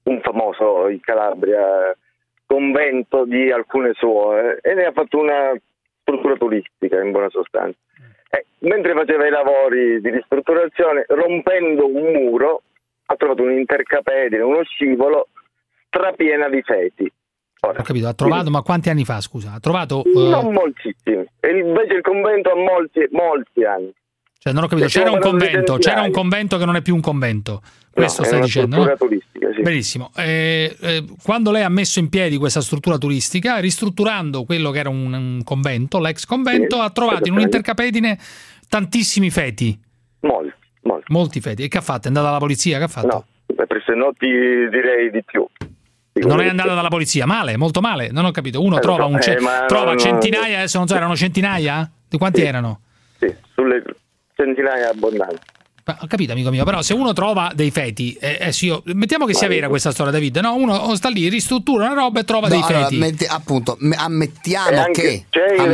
un famoso in Calabria convento di alcune suore e ne ha fatto una struttura turistica in buona sostanza. Mentre faceva i lavori di ristrutturazione, rompendo un muro, ha trovato un intercapedine, uno scivolo strapiena di feti. Ora, ho capito, ha trovato, ma quanti anni fa, scusa? Ha trovato... Non moltissimi, e invece il convento ha molti anni. Cioè, non ho capito, c'era un convento che non è più un convento. Questo stai dicendo, no? Turistica, sì. Benissimo. Quando lei ha messo in piedi questa struttura turistica, ristrutturando quello che era un convento, l'ex convento, sì, ha trovato in un intercapedine tantissimi feti. Molti feti. E che ha fatto? È andata alla polizia? Che ha fatto? No, se no ti direi di più. Non è andata dalla polizia? Male, molto male. Non ho capito. Uno trova centinaia, adesso non so, erano centinaia? Di quanti erano? Sì, sulle centinaia abbondanti. Ho capito, amico mio, però se uno trova dei feti, mettiamo che sia vera questa storia, David, no? Uno sta lì, ristruttura una roba e trova dei feti. Appunto, ammettiamo che c'è in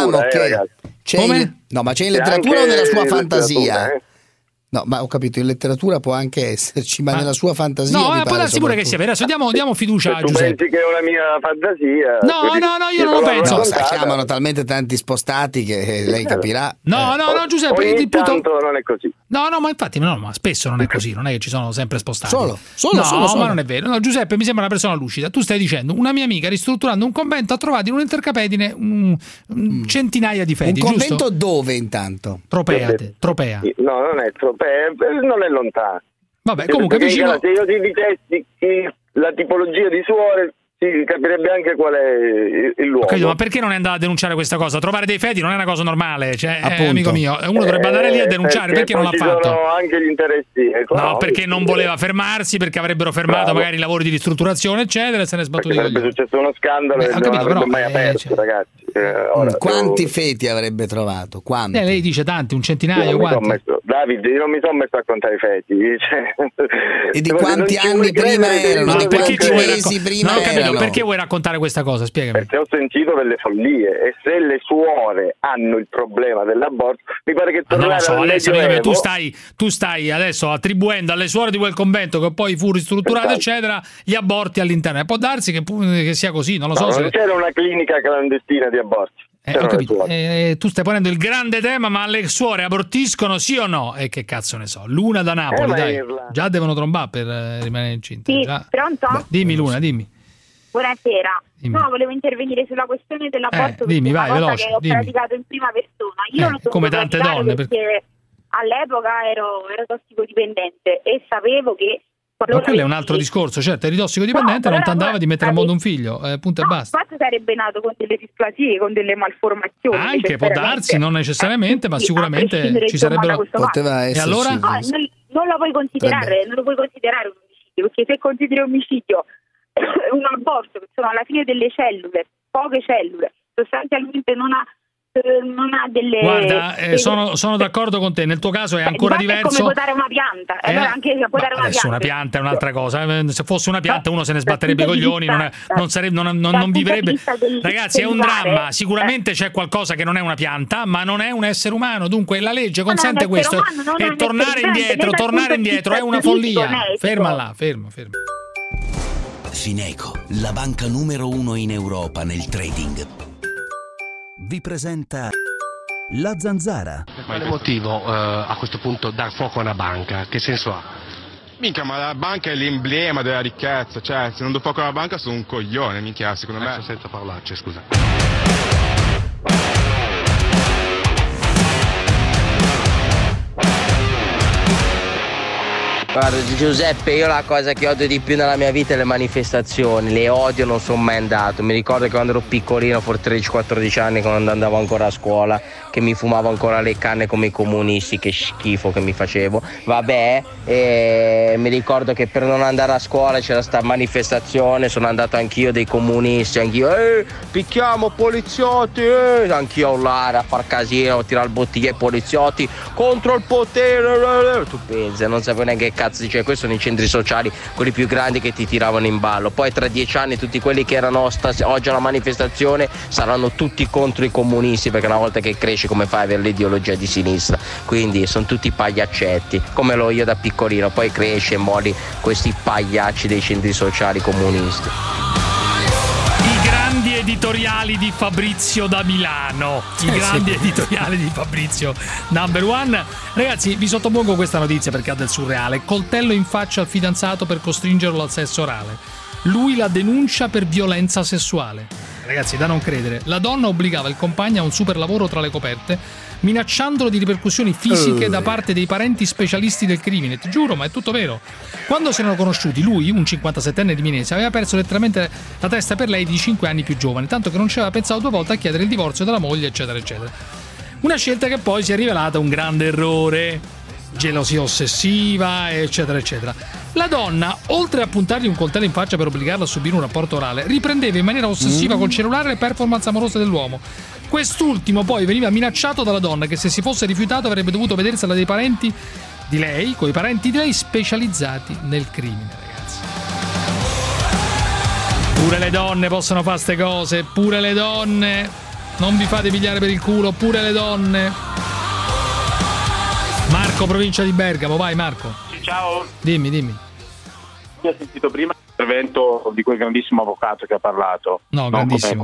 letteratura o nella sua fantasia? No, ma ho capito, in letteratura può anche esserci, ma nella sua fantasia. No, può darsi pure che sia vero. Adesso diamo fiducia a Giuseppe. Pensi che è una mia fantasia? No, io non lo penso. No, chiamano talmente tanti spostati che lei capirà. No, Giuseppe, ogni tanto non è così. No, ma infatti ma spesso non è così, non è che ci sono sempre spostati. Solo. Ma non è vero. No, Giuseppe mi sembra una persona lucida. Tu stai dicendo, una mia amica ristrutturando un convento ha trovato in un intercapedine centinaia di feti, giusto? Un convento dove intanto? Tropea. No, non è Tropea, non è lontano. Vabbè, comunque vicino. Se io ti dicessi la tipologia di suore, si capirebbe anche qual è il luogo. Ma perché non è andato a denunciare questa cosa? Trovare dei feti non è una cosa normale, cioè, amico mio, uno dovrebbe andare lì a denunciare, perché non l'ha fatto? Sono anche gli interessi economici. No, perché non voleva fermarsi, perché avrebbero fermato magari i lavori di ristrutturazione, eccetera, e se ne è sbattuto. Sarebbe successo uno scandalo e non avrebbe mai aperto, ragazzi. Quanti feti avrebbe trovato? Quanti? Lei dice tanti, un centinaio, quanti? Davide, io non mi sono messo a contare i feti. E di quanti anni prima erano? Di quanti mesi prima erano? Perché vuoi raccontare questa cosa? Spiegami. Perché ho sentito delle follie, e se le suore hanno il problema dell'aborto, mi pare che tornare adesso tu stai adesso attribuendo alle suore di quel convento, che poi fu ristrutturato, eccetera, gli aborti all'interno. E può darsi che sia così, non lo so. Non c'era una clinica clandestina di aborti. Ho capito. Tu stai ponendo il grande tema, ma le suore abortiscono sì o no? E che cazzo ne so, Luna da Napoli, dai. Già devono trombare per rimanere incinta. Sì, già. Pronto? Dimmi Luna, dimmi. Buonasera. No, volevo intervenire sulla questione dell'aborto, dimmi, vai, veloce, che ho praticato in prima persona. Io lo come tante donne, perché all'epoca ero tossicodipendente e sapevo che... Ma quello è un altro discorso, certo, eri tossicodipendente, non ti andava di mettere al mondo un figlio, punto e basta. Infatti sarebbe nato con delle displasie, con delle malformazioni. Anche, può darsi, non necessariamente, ma sicuramente ci sarebbero... Poteva essere. E allora? Non lo puoi considerare, un omicidio, perché se consideri omicidio un aborto, che sono alla fine delle cellule, poche cellule, sostanzialmente non ha delle... Guarda, sono d'accordo con te, nel tuo caso è ancora diverso. È come potare una pianta, allora anche potare una pianta. Una pianta è un'altra cosa, se fosse una pianta uno se ne sbatterebbe i coglioni, non vivrebbe. Ragazzi, è un dramma, sicuramente c'è qualcosa che non è una pianta, ma non è un essere umano, dunque la legge consente questo, e tornare indietro è una follia. Ferma là, fermo. Fineco, la banca numero 1 in Europa nel trading, vi presenta La Zanzara. Per quale motivo a questo punto dar fuoco a una banca? Che senso ha? Minchia, ma la banca è l'emblema della ricchezza, cioè se non do fuoco alla banca sono un coglione, minchia, secondo me. Senza parlarci, scusa. Guarda Giuseppe, io la cosa che odio di più nella mia vita è le manifestazioni, le odio, non sono mai andato. Mi ricordo che quando ero piccolino, forse 13-14 anni, quando andavo ancora a scuola, che mi fumavo ancora le canne come i comunisti, che schifo che mi facevo. Vabbè, mi ricordo che per non andare a scuola c'era sta manifestazione, sono andato anch'io dei comunisti, anch'io, picchiamo poliziotti, anch'io a urlare, a far casino, a tirare bottiglie ai poliziotti, contro il potere, tu pensi, non sapevo neanche che cazzo diceva, questi sono i centri sociali, quelli più grandi che ti tiravano in ballo. Poi tra 10 anni tutti quelli che erano oggi alla manifestazione saranno tutti contro i comunisti, perché una volta che cresci come fai a avere l'ideologia di sinistra? Quindi sono tutti pagliaccetti, come l'ho io da piccolino, poi cresci e moli questi pagliacci dei centri sociali comunisti. I grandi editoriali di Fabrizio da Milano, editoriali di Fabrizio number one. Ragazzi, vi sottopongo questa notizia perché ha del surreale. Coltello in faccia al fidanzato per costringerlo al sesso orale. Lui la denuncia per violenza sessuale. Ragazzi, da non credere, la donna obbligava il compagno a un super lavoro tra le coperte, minacciandolo di ripercussioni fisiche da parte dei parenti specialisti del crimine. Ti giuro, ma è tutto vero. Quando si erano conosciuti, lui, un 57enne di Minese, aveva perso letteralmente la testa per lei di 5 anni più giovane, tanto che non ci aveva pensato 2 volte a chiedere il divorzio dalla moglie, eccetera eccetera. Una scelta che poi si è rivelata un grande errore, gelosia ossessiva, eccetera eccetera. La donna, oltre a puntargli un coltello in faccia per obbligarlo a subire un rapporto orale, riprendeva in maniera ossessiva col cellulare le performance amorose dell'uomo. Quest'ultimo poi veniva minacciato dalla donna che se si fosse rifiutato avrebbe dovuto vedersela dei parenti di lei, coi parenti di lei specializzati nel crimine, ragazzi. Pure le donne possono fare ste cose, pure le donne. Non vi fate pigliare per il culo, pure le donne. Marco, provincia di Bergamo, vai Marco. Ciao. Dimmi. Io ho sentito prima l'intervento di quel grandissimo avvocato che ha parlato. No, grandissimo.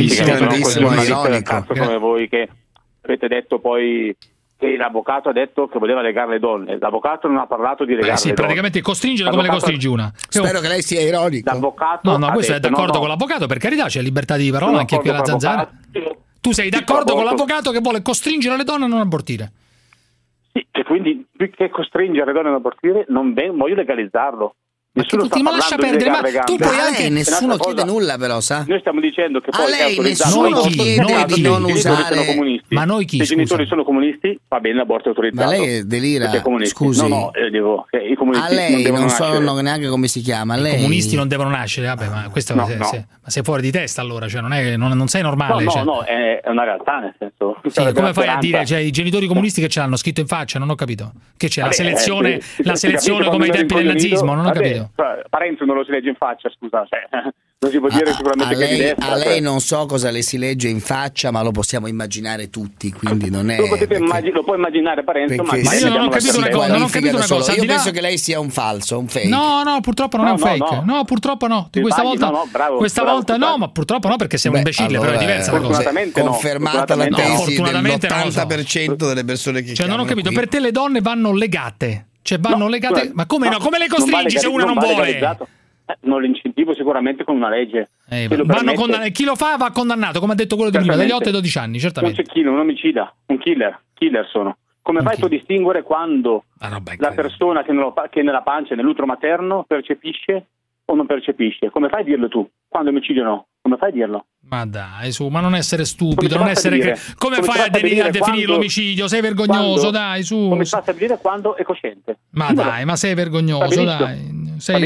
Cazzo come voi che avete detto poi che l'avvocato ha detto che voleva legare le donne. L'avvocato non ha parlato di legare le donne. Praticamente costringere come le costringi una. Spero che lei sia ironico. L'avvocato no, questo è d'accordo con l'avvocato, per carità, c'è libertà di parola anche qui alla Zanzara. Tu sei d'accordo con l'avvocato che vuole costringere le donne a non abortire? Sì, e quindi più che costringere le donne ad abortire, non voglio legalizzarlo. Ma lascia perdere, ma tu puoi anche. Nessuno chiede nulla, però, sa? Noi stiamo dicendo che poi a lei nessuno chiede di non usare. Ma noi chi? Se i genitori sono comunisti, va bene l'aborto autorizzato. Ma lei delira. Scusi. No, dico che i comunisti a lei non so neanche come si chiama. I comunisti non devono nascere, vabbè, ma questo ma sei fuori di testa allora, cioè non sei normale. No, è una realtà, nel senso. Sì, come fai a dire, cioè i genitori comunisti che ce l'hanno scritto in faccia? Non ho capito. Che c'è la selezione come ai tempi del nazismo, non ho capito. Parenzo non lo si legge in faccia, scusa, non si può dire sicuramente che è di destra. A lei non so cosa le si legge in faccia, ma lo possiamo immaginare tutti, quindi non è. Lo può immaginare Parenzo, ma io non ho capito una cosa. Io penso che lei sia un falso, un fake. No, purtroppo non è un fake. No, purtroppo no. Questa volta no, ma purtroppo no, perché sei un imbecille, però è diversa la cosa. Confermata la tesi dell'80% delle persone che non ho capito, per te le donne vanno legate. Cioè vanno legate, ma come no? Come le costringi se una non vuole? Non l'incentivo sicuramente con una legge. Chi lo fa va condannato, come ha detto quello di prima, dagli 8 ai 12 anni, certamente. Non c'è chi, un omicida, un killer sono. Come fai tu a distinguere quando la persona che nella pancia, nell'utero materno, percepisce o non percepisce? Come fai a dirlo tu? Quando omicidio no? Come fai a dirlo? Ma dai, ma non essere stupido, non essere come fai a definire l'omicidio? Sei vergognoso, dai, su. Come fai a stabilire quando è cosciente? Ma dai, ma sei vergognoso, dai.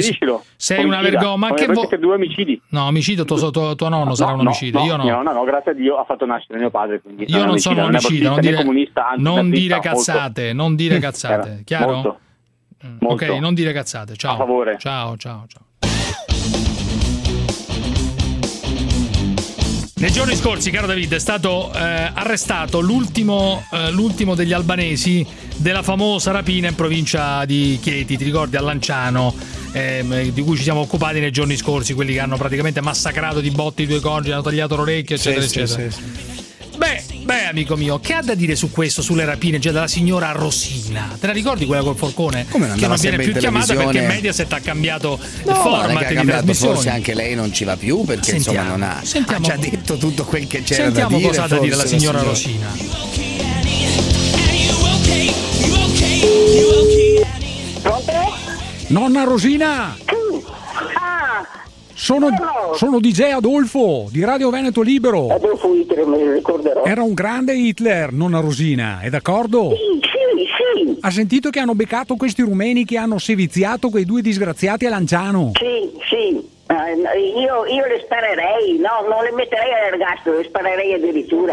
Sei una vergogna. Ma che vuoi? 2 omicidi. No, omicidio tuo nonno sarà un omicidio. Io no. Mio nonno, grazie a Dio, ha fatto nascere mio padre. Quindi io non sono un omicida, non dire cazzate, non dire cazzate, chiaro? Ok, non dire cazzate. Ciao. A favore. Ciao. Nei giorni scorsi, caro David, è stato arrestato l'ultimo degli albanesi della famosa rapina in provincia di Chieti, ti ricordi, a Lanciano, di cui ci siamo occupati nei giorni scorsi, quelli che hanno praticamente massacrato di botte i 2 coniugi, hanno tagliato l'orecchio, eccetera, eccetera. Sì. Beh, amico mio, che ha da dire su questo, sulle rapine, cioè della signora Rosina? Te la ricordi quella col forcone? Come non che non viene più chiamata perché Mediaset ha cambiato il format di trasmissione. Forse anche lei non ci va più perché insomma non ha già detto tutto quel che c'era da dire. Sentiamo cosa ha da dire la signora Rosina. Nonna Rosina! Sono DJ Adolfo di Radio Veneto Libero. Adolfo Hitler, me lo ricorderò. Era un grande Hitler, nonna Rosina, è d'accordo? Sì. Ha sentito che hanno beccato questi rumeni che hanno seviziato quei 2 disgraziati a Lanciano? Sì. Io le sparerei, no, non le metterei all'ergastolo, le sparerei addirittura.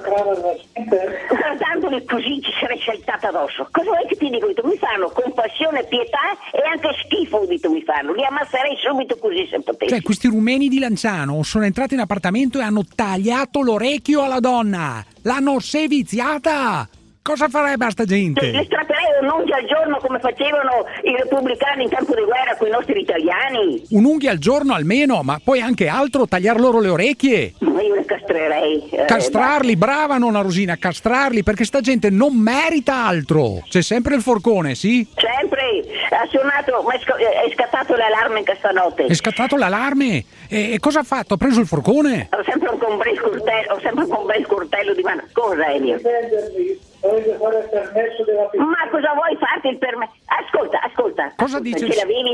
Guardandoli così ci sarei saltata addosso. Cosa vuoi che ti dico? Mi fanno compassione compassione, pietà e anche schifo udito mi fanno. Li ammazserei subito così se potessi. Cioè, questi rumeni di Lanciano sono entrati in appartamento e hanno tagliato l'orecchio alla donna. L'hanno seviziata. Cosa farebbe a sta gente? Le strapperei un'unghia al giorno come facevano i repubblicani in campo di guerra con i nostri italiani. Un'unghia al giorno almeno, ma poi anche altro, tagliar loro le orecchie. Ma io le castrerei. Castrarli, brava nonna Rosina, castrarli, perché sta gente non merita altro. C'è sempre il forcone, sì? Sempre. Ha suonato, ma è scattato l'allarme in questa notte. È scattato l'allarme? E cosa ha fatto? Ha preso il forcone? Ho sempre un bel coltello di mano. Cosa, Elio? Voglio fare il permesso della piscina. Ma cosa vuoi farti il permesso? Ascolta. Cosa dice? Ce l'avevi?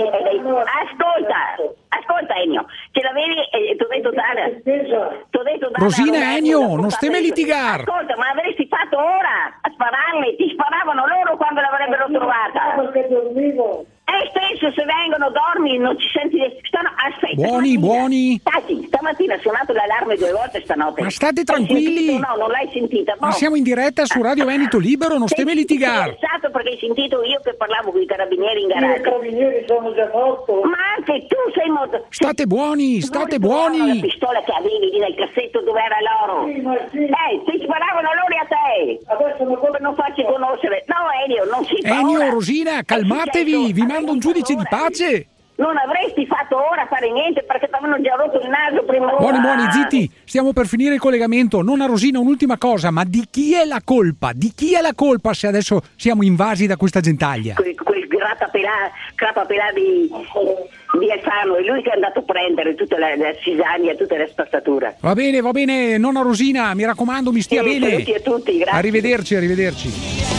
Ascolta Ennio, ce l'avevi e ti ho detto dare. Rosina, Ennio, non stiamo litigare. Ascolta, ma l'avresti fatto ora a spararli? Ti sparavano loro quando l'avrebbero trovata. Perché dormivo. Stesso se vengono, dormi, non ci senti. Aspetta. Buoni. Stamattina ha suonato l'allarme 2 volte stanotte. Ma state tranquilli. No, non l'hai sentita. Ma siamo in diretta su Radio Veneto Libero, non stiamo litigare. Sei perché hai sentito io che parlavo con i carabinieri in garage. I carabinieri sono già morti. Ma anche tu sei morto. State buoni. La pistola che avevi lì nel cassetto dove era l'oro. Ti sparavano loro a te. Adesso non facci conoscere. No, Elio, non si fa. Ennio, Rosina, calmatevi, vi mando un giudice di pace. Non avresti fatto ora fare niente perché ti avevano già rotto il naso prima. Buoni, zitti, stiamo per finire il collegamento. Nonna Rosina, un'ultima cosa, ma di chi è la colpa? Di chi è la colpa se adesso siamo invasi da questa gentaglia? Quel crapapelà di Alfano, è lui che è andato a prendere tutta la Cisania e tutte le spazzature. Va bene, nonna Rosina, mi raccomando, mi stia bene. Saluti a tutti, grazie. Arrivederci.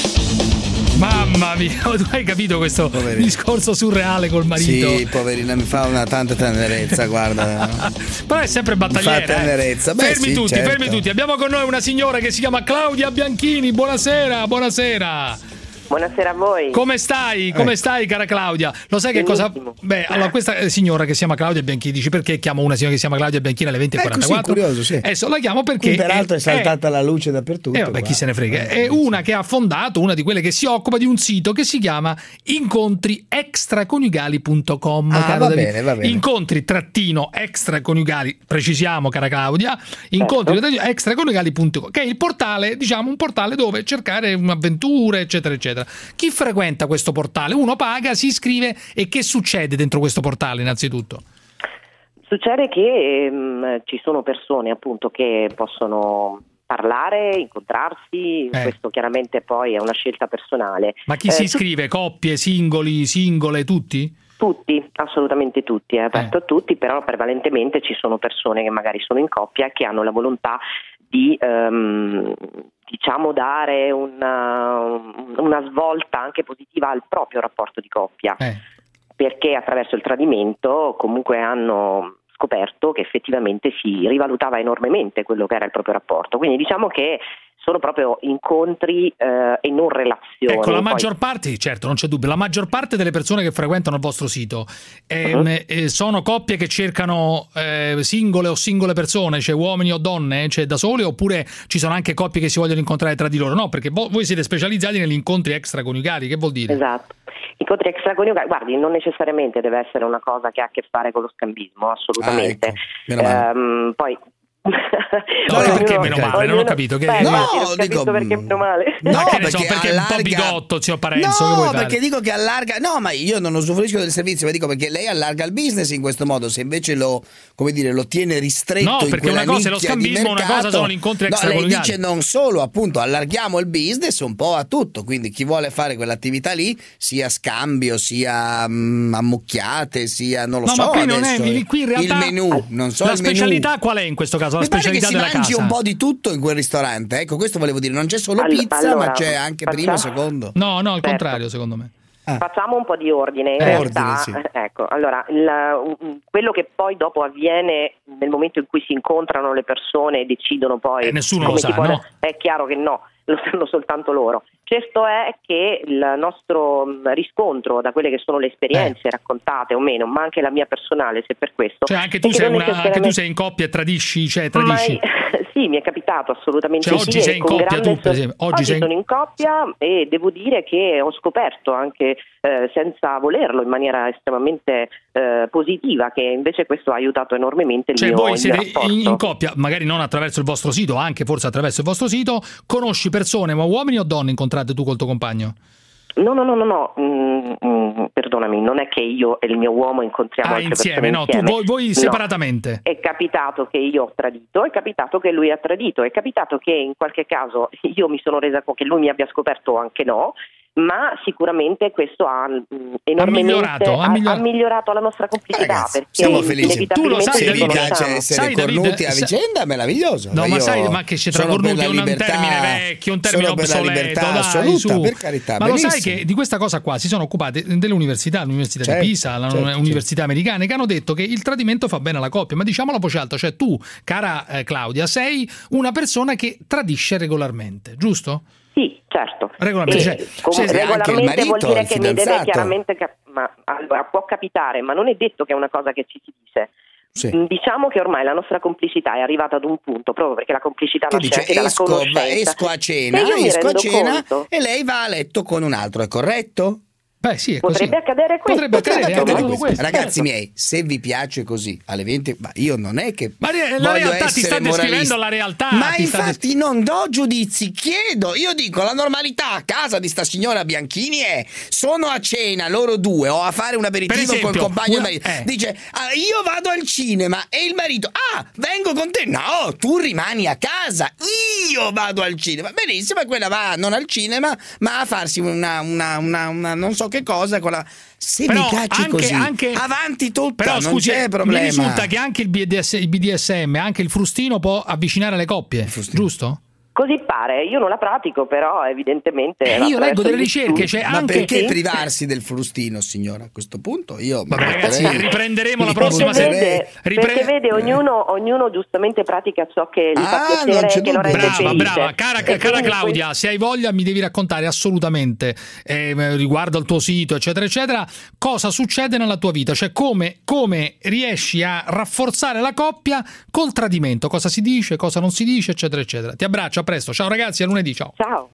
Mamma mia, tu hai capito questo discorso surreale col marito? Sì, poverina, mi fa una tanta tenerezza, guarda. Però è sempre battagliera. Mi fa tenerezza. Fermi tutti. Abbiamo con noi una signora che si chiama Claudia Bianchini. Buonasera. Buonasera a voi. Come stai? Cara Claudia? Lo sai che cosa? Beh, allora questa signora che si chiama Claudia Bianchini, dici perché chiamo una signora che si chiama Claudia Bianchini alle 20:44? Sì, curioso, sì. Adesso la chiamo perché peraltro è saltata la luce dappertutto. Vabbè, chi se ne frega. È una che ha fondato, una di quelle che si occupa di un sito che si chiama incontri-extraconiugali.com. Va bene. Incontri-extraconiugali, precisiamo, cara Claudia, incontri-extraconiugali.com, che è il portale, diciamo, un portale dove cercare un'avventura, eccetera, eccetera. Chi frequenta questo portale? Uno paga, si iscrive, e che succede dentro questo portale innanzitutto? Succede che ci sono persone appunto che possono parlare, incontrarsi, questo chiaramente poi è una scelta personale. Ma chi si iscrive? Coppie, singoli, singole, tutti? Tutti, assolutamente tutti, è aperto a tutti, però prevalentemente ci sono persone che magari sono in coppia che hanno la volontà di diciamo dare una svolta anche positiva al proprio rapporto di coppia, perché attraverso il tradimento comunque hanno scoperto che effettivamente si rivalutava enormemente quello che era il proprio rapporto, quindi diciamo che sono proprio incontri e non relazioni. Ecco, la maggior parte, certo, non c'è dubbio, la maggior parte delle persone che frequentano il vostro sito sono coppie che cercano singole o singole persone, cioè uomini o donne, cioè da soli, oppure ci sono anche coppie che si vogliono incontrare tra di loro? No, perché voi siete specializzati negli incontri extraconiugali, che vuol dire? Esatto. Incontri extraconiugali, guardi, non necessariamente deve essere una cosa che ha a che fare con lo scambismo, assolutamente. Poi perché meno male? Non ho capito. Perché meno male? No, perché è un po' bigotto, zio Parenzo. No, perché dico che allarga. No, ma io non usufruisco del servizio, ma dico perché lei allarga il business in questo modo. Se invece lo tiene ristretto, no, perché una cosa è lo scambismo, una cosa sono gli incontri extraconiugali. Lei dice non solo, appunto, allarghiamo il business un po' a tutto. Quindi chi vuole fare quell'attività lì, sia scambio, sia ammucchiate, sia non lo so. Ma qui non è qui in realtà il menù, non so. La specialità qual è in questo caso? La specialità della casa. Mi pare che si mangi un po' di tutto in quel ristorante. Ecco, questo volevo dire. Non c'è solo pizza, ma c'è anche primo e secondo. No, al contrario, secondo me. Facciamo un po' di ordine. In realtà, sì. Ecco, allora, quello che poi dopo avviene nel momento in cui si incontrano le persone e decidono poi. Nessuno lo sa, no? È chiaro che no, lo sanno soltanto loro. Certo è che il nostro riscontro da quelle che sono le esperienze raccontate o meno, ma anche la mia personale, se per questo. Cioè anche tu sei in coppia e tradisci? Sì, mi è capitato assolutamente. Cioè, oggi sei in coppia tu, per esempio? Oggi sono in coppia e devo dire che ho scoperto anche senza volerlo in maniera estremamente positiva, che invece questo ha aiutato enormemente il mio rapporto. Cioè voi siete in coppia, magari non attraverso il vostro sito, anche forse attraverso il vostro sito, conosci persone, ma uomini o donne incontrate tu col tuo compagno? No, perdonami, non è che io e il mio uomo incontriamo altre insieme, insieme. Voi separatamente. È capitato che io ho tradito, è capitato che lui ha tradito, è capitato che in qualche caso io mi sono resa conto che lui mi abbia scoperto anche no, ma sicuramente questo ha enormemente migliorato la nostra complicità. Ragazzi, perché siamo felici. Tu lo sai, se vi piace essere cornuti a vicenda, è meraviglioso. No, ma sai, ma che c'è tra cornuti è un termine vecchio, un termine obsoleto, dai, assoluta, per carità. Ma benissimo. Lo sai che di questa cosa qua si sono occupate delle università, l'università di Pisa, università americane, che hanno detto che il tradimento fa bene alla coppia. Ma diciamo la voce alta, cioè tu, cara Claudia, sei una persona che tradisce regolarmente, giusto? Sì, certo. Regolarmente, regolarmente vuol dire che mi deve chiaramente può capitare, ma non è detto che è una cosa che ci si dice. Sì. Diciamo che ormai la nostra complicità è arrivata ad un punto, proprio perché la complicità nasce anche dalla conoscenza. Esco a cena e lei va a letto con un altro, è corretto? Beh, sì, è così. Potrebbe accadere questo. Ragazzi miei, se vi piace così alle 20, ma io non è che ma la realtà ti sta descrivendo la realtà. Ma infatti non do giudizi, chiedo. Io dico la normalità a casa di sta signora Bianchini è: sono a cena loro due o a fare un aperitivo col compagno del marito. Dice io vado al cinema e il marito vengo con te. No, tu rimani a casa, io vado al cinema. Benissimo, e quella va non al cinema ma a farsi una non so che cosa con la... Se mi cacci così avanti tutta, però, non c'è problema. Mi risulta che anche il BDSM, anche il frustino può avvicinare le coppie, giusto? Così pare, io non la pratico, però evidentemente io leggo delle ricerche, ma anche perché privarsi del frustino, signora? A questo punto io ragazzi, riprenderemo la prossima sera. Perché vede, ognuno giustamente pratica ciò che gli fa piacere e che lo rende felice. Brava, cara Claudia, se hai voglia mi devi raccontare assolutamente riguardo al tuo sito, eccetera eccetera, cosa succede nella tua vita, cioè come riesci a rafforzare la coppia col tradimento, cosa si dice, cosa non si dice, eccetera eccetera. Ti abbraccio, a presto, ciao ragazzi, a lunedì, ciao.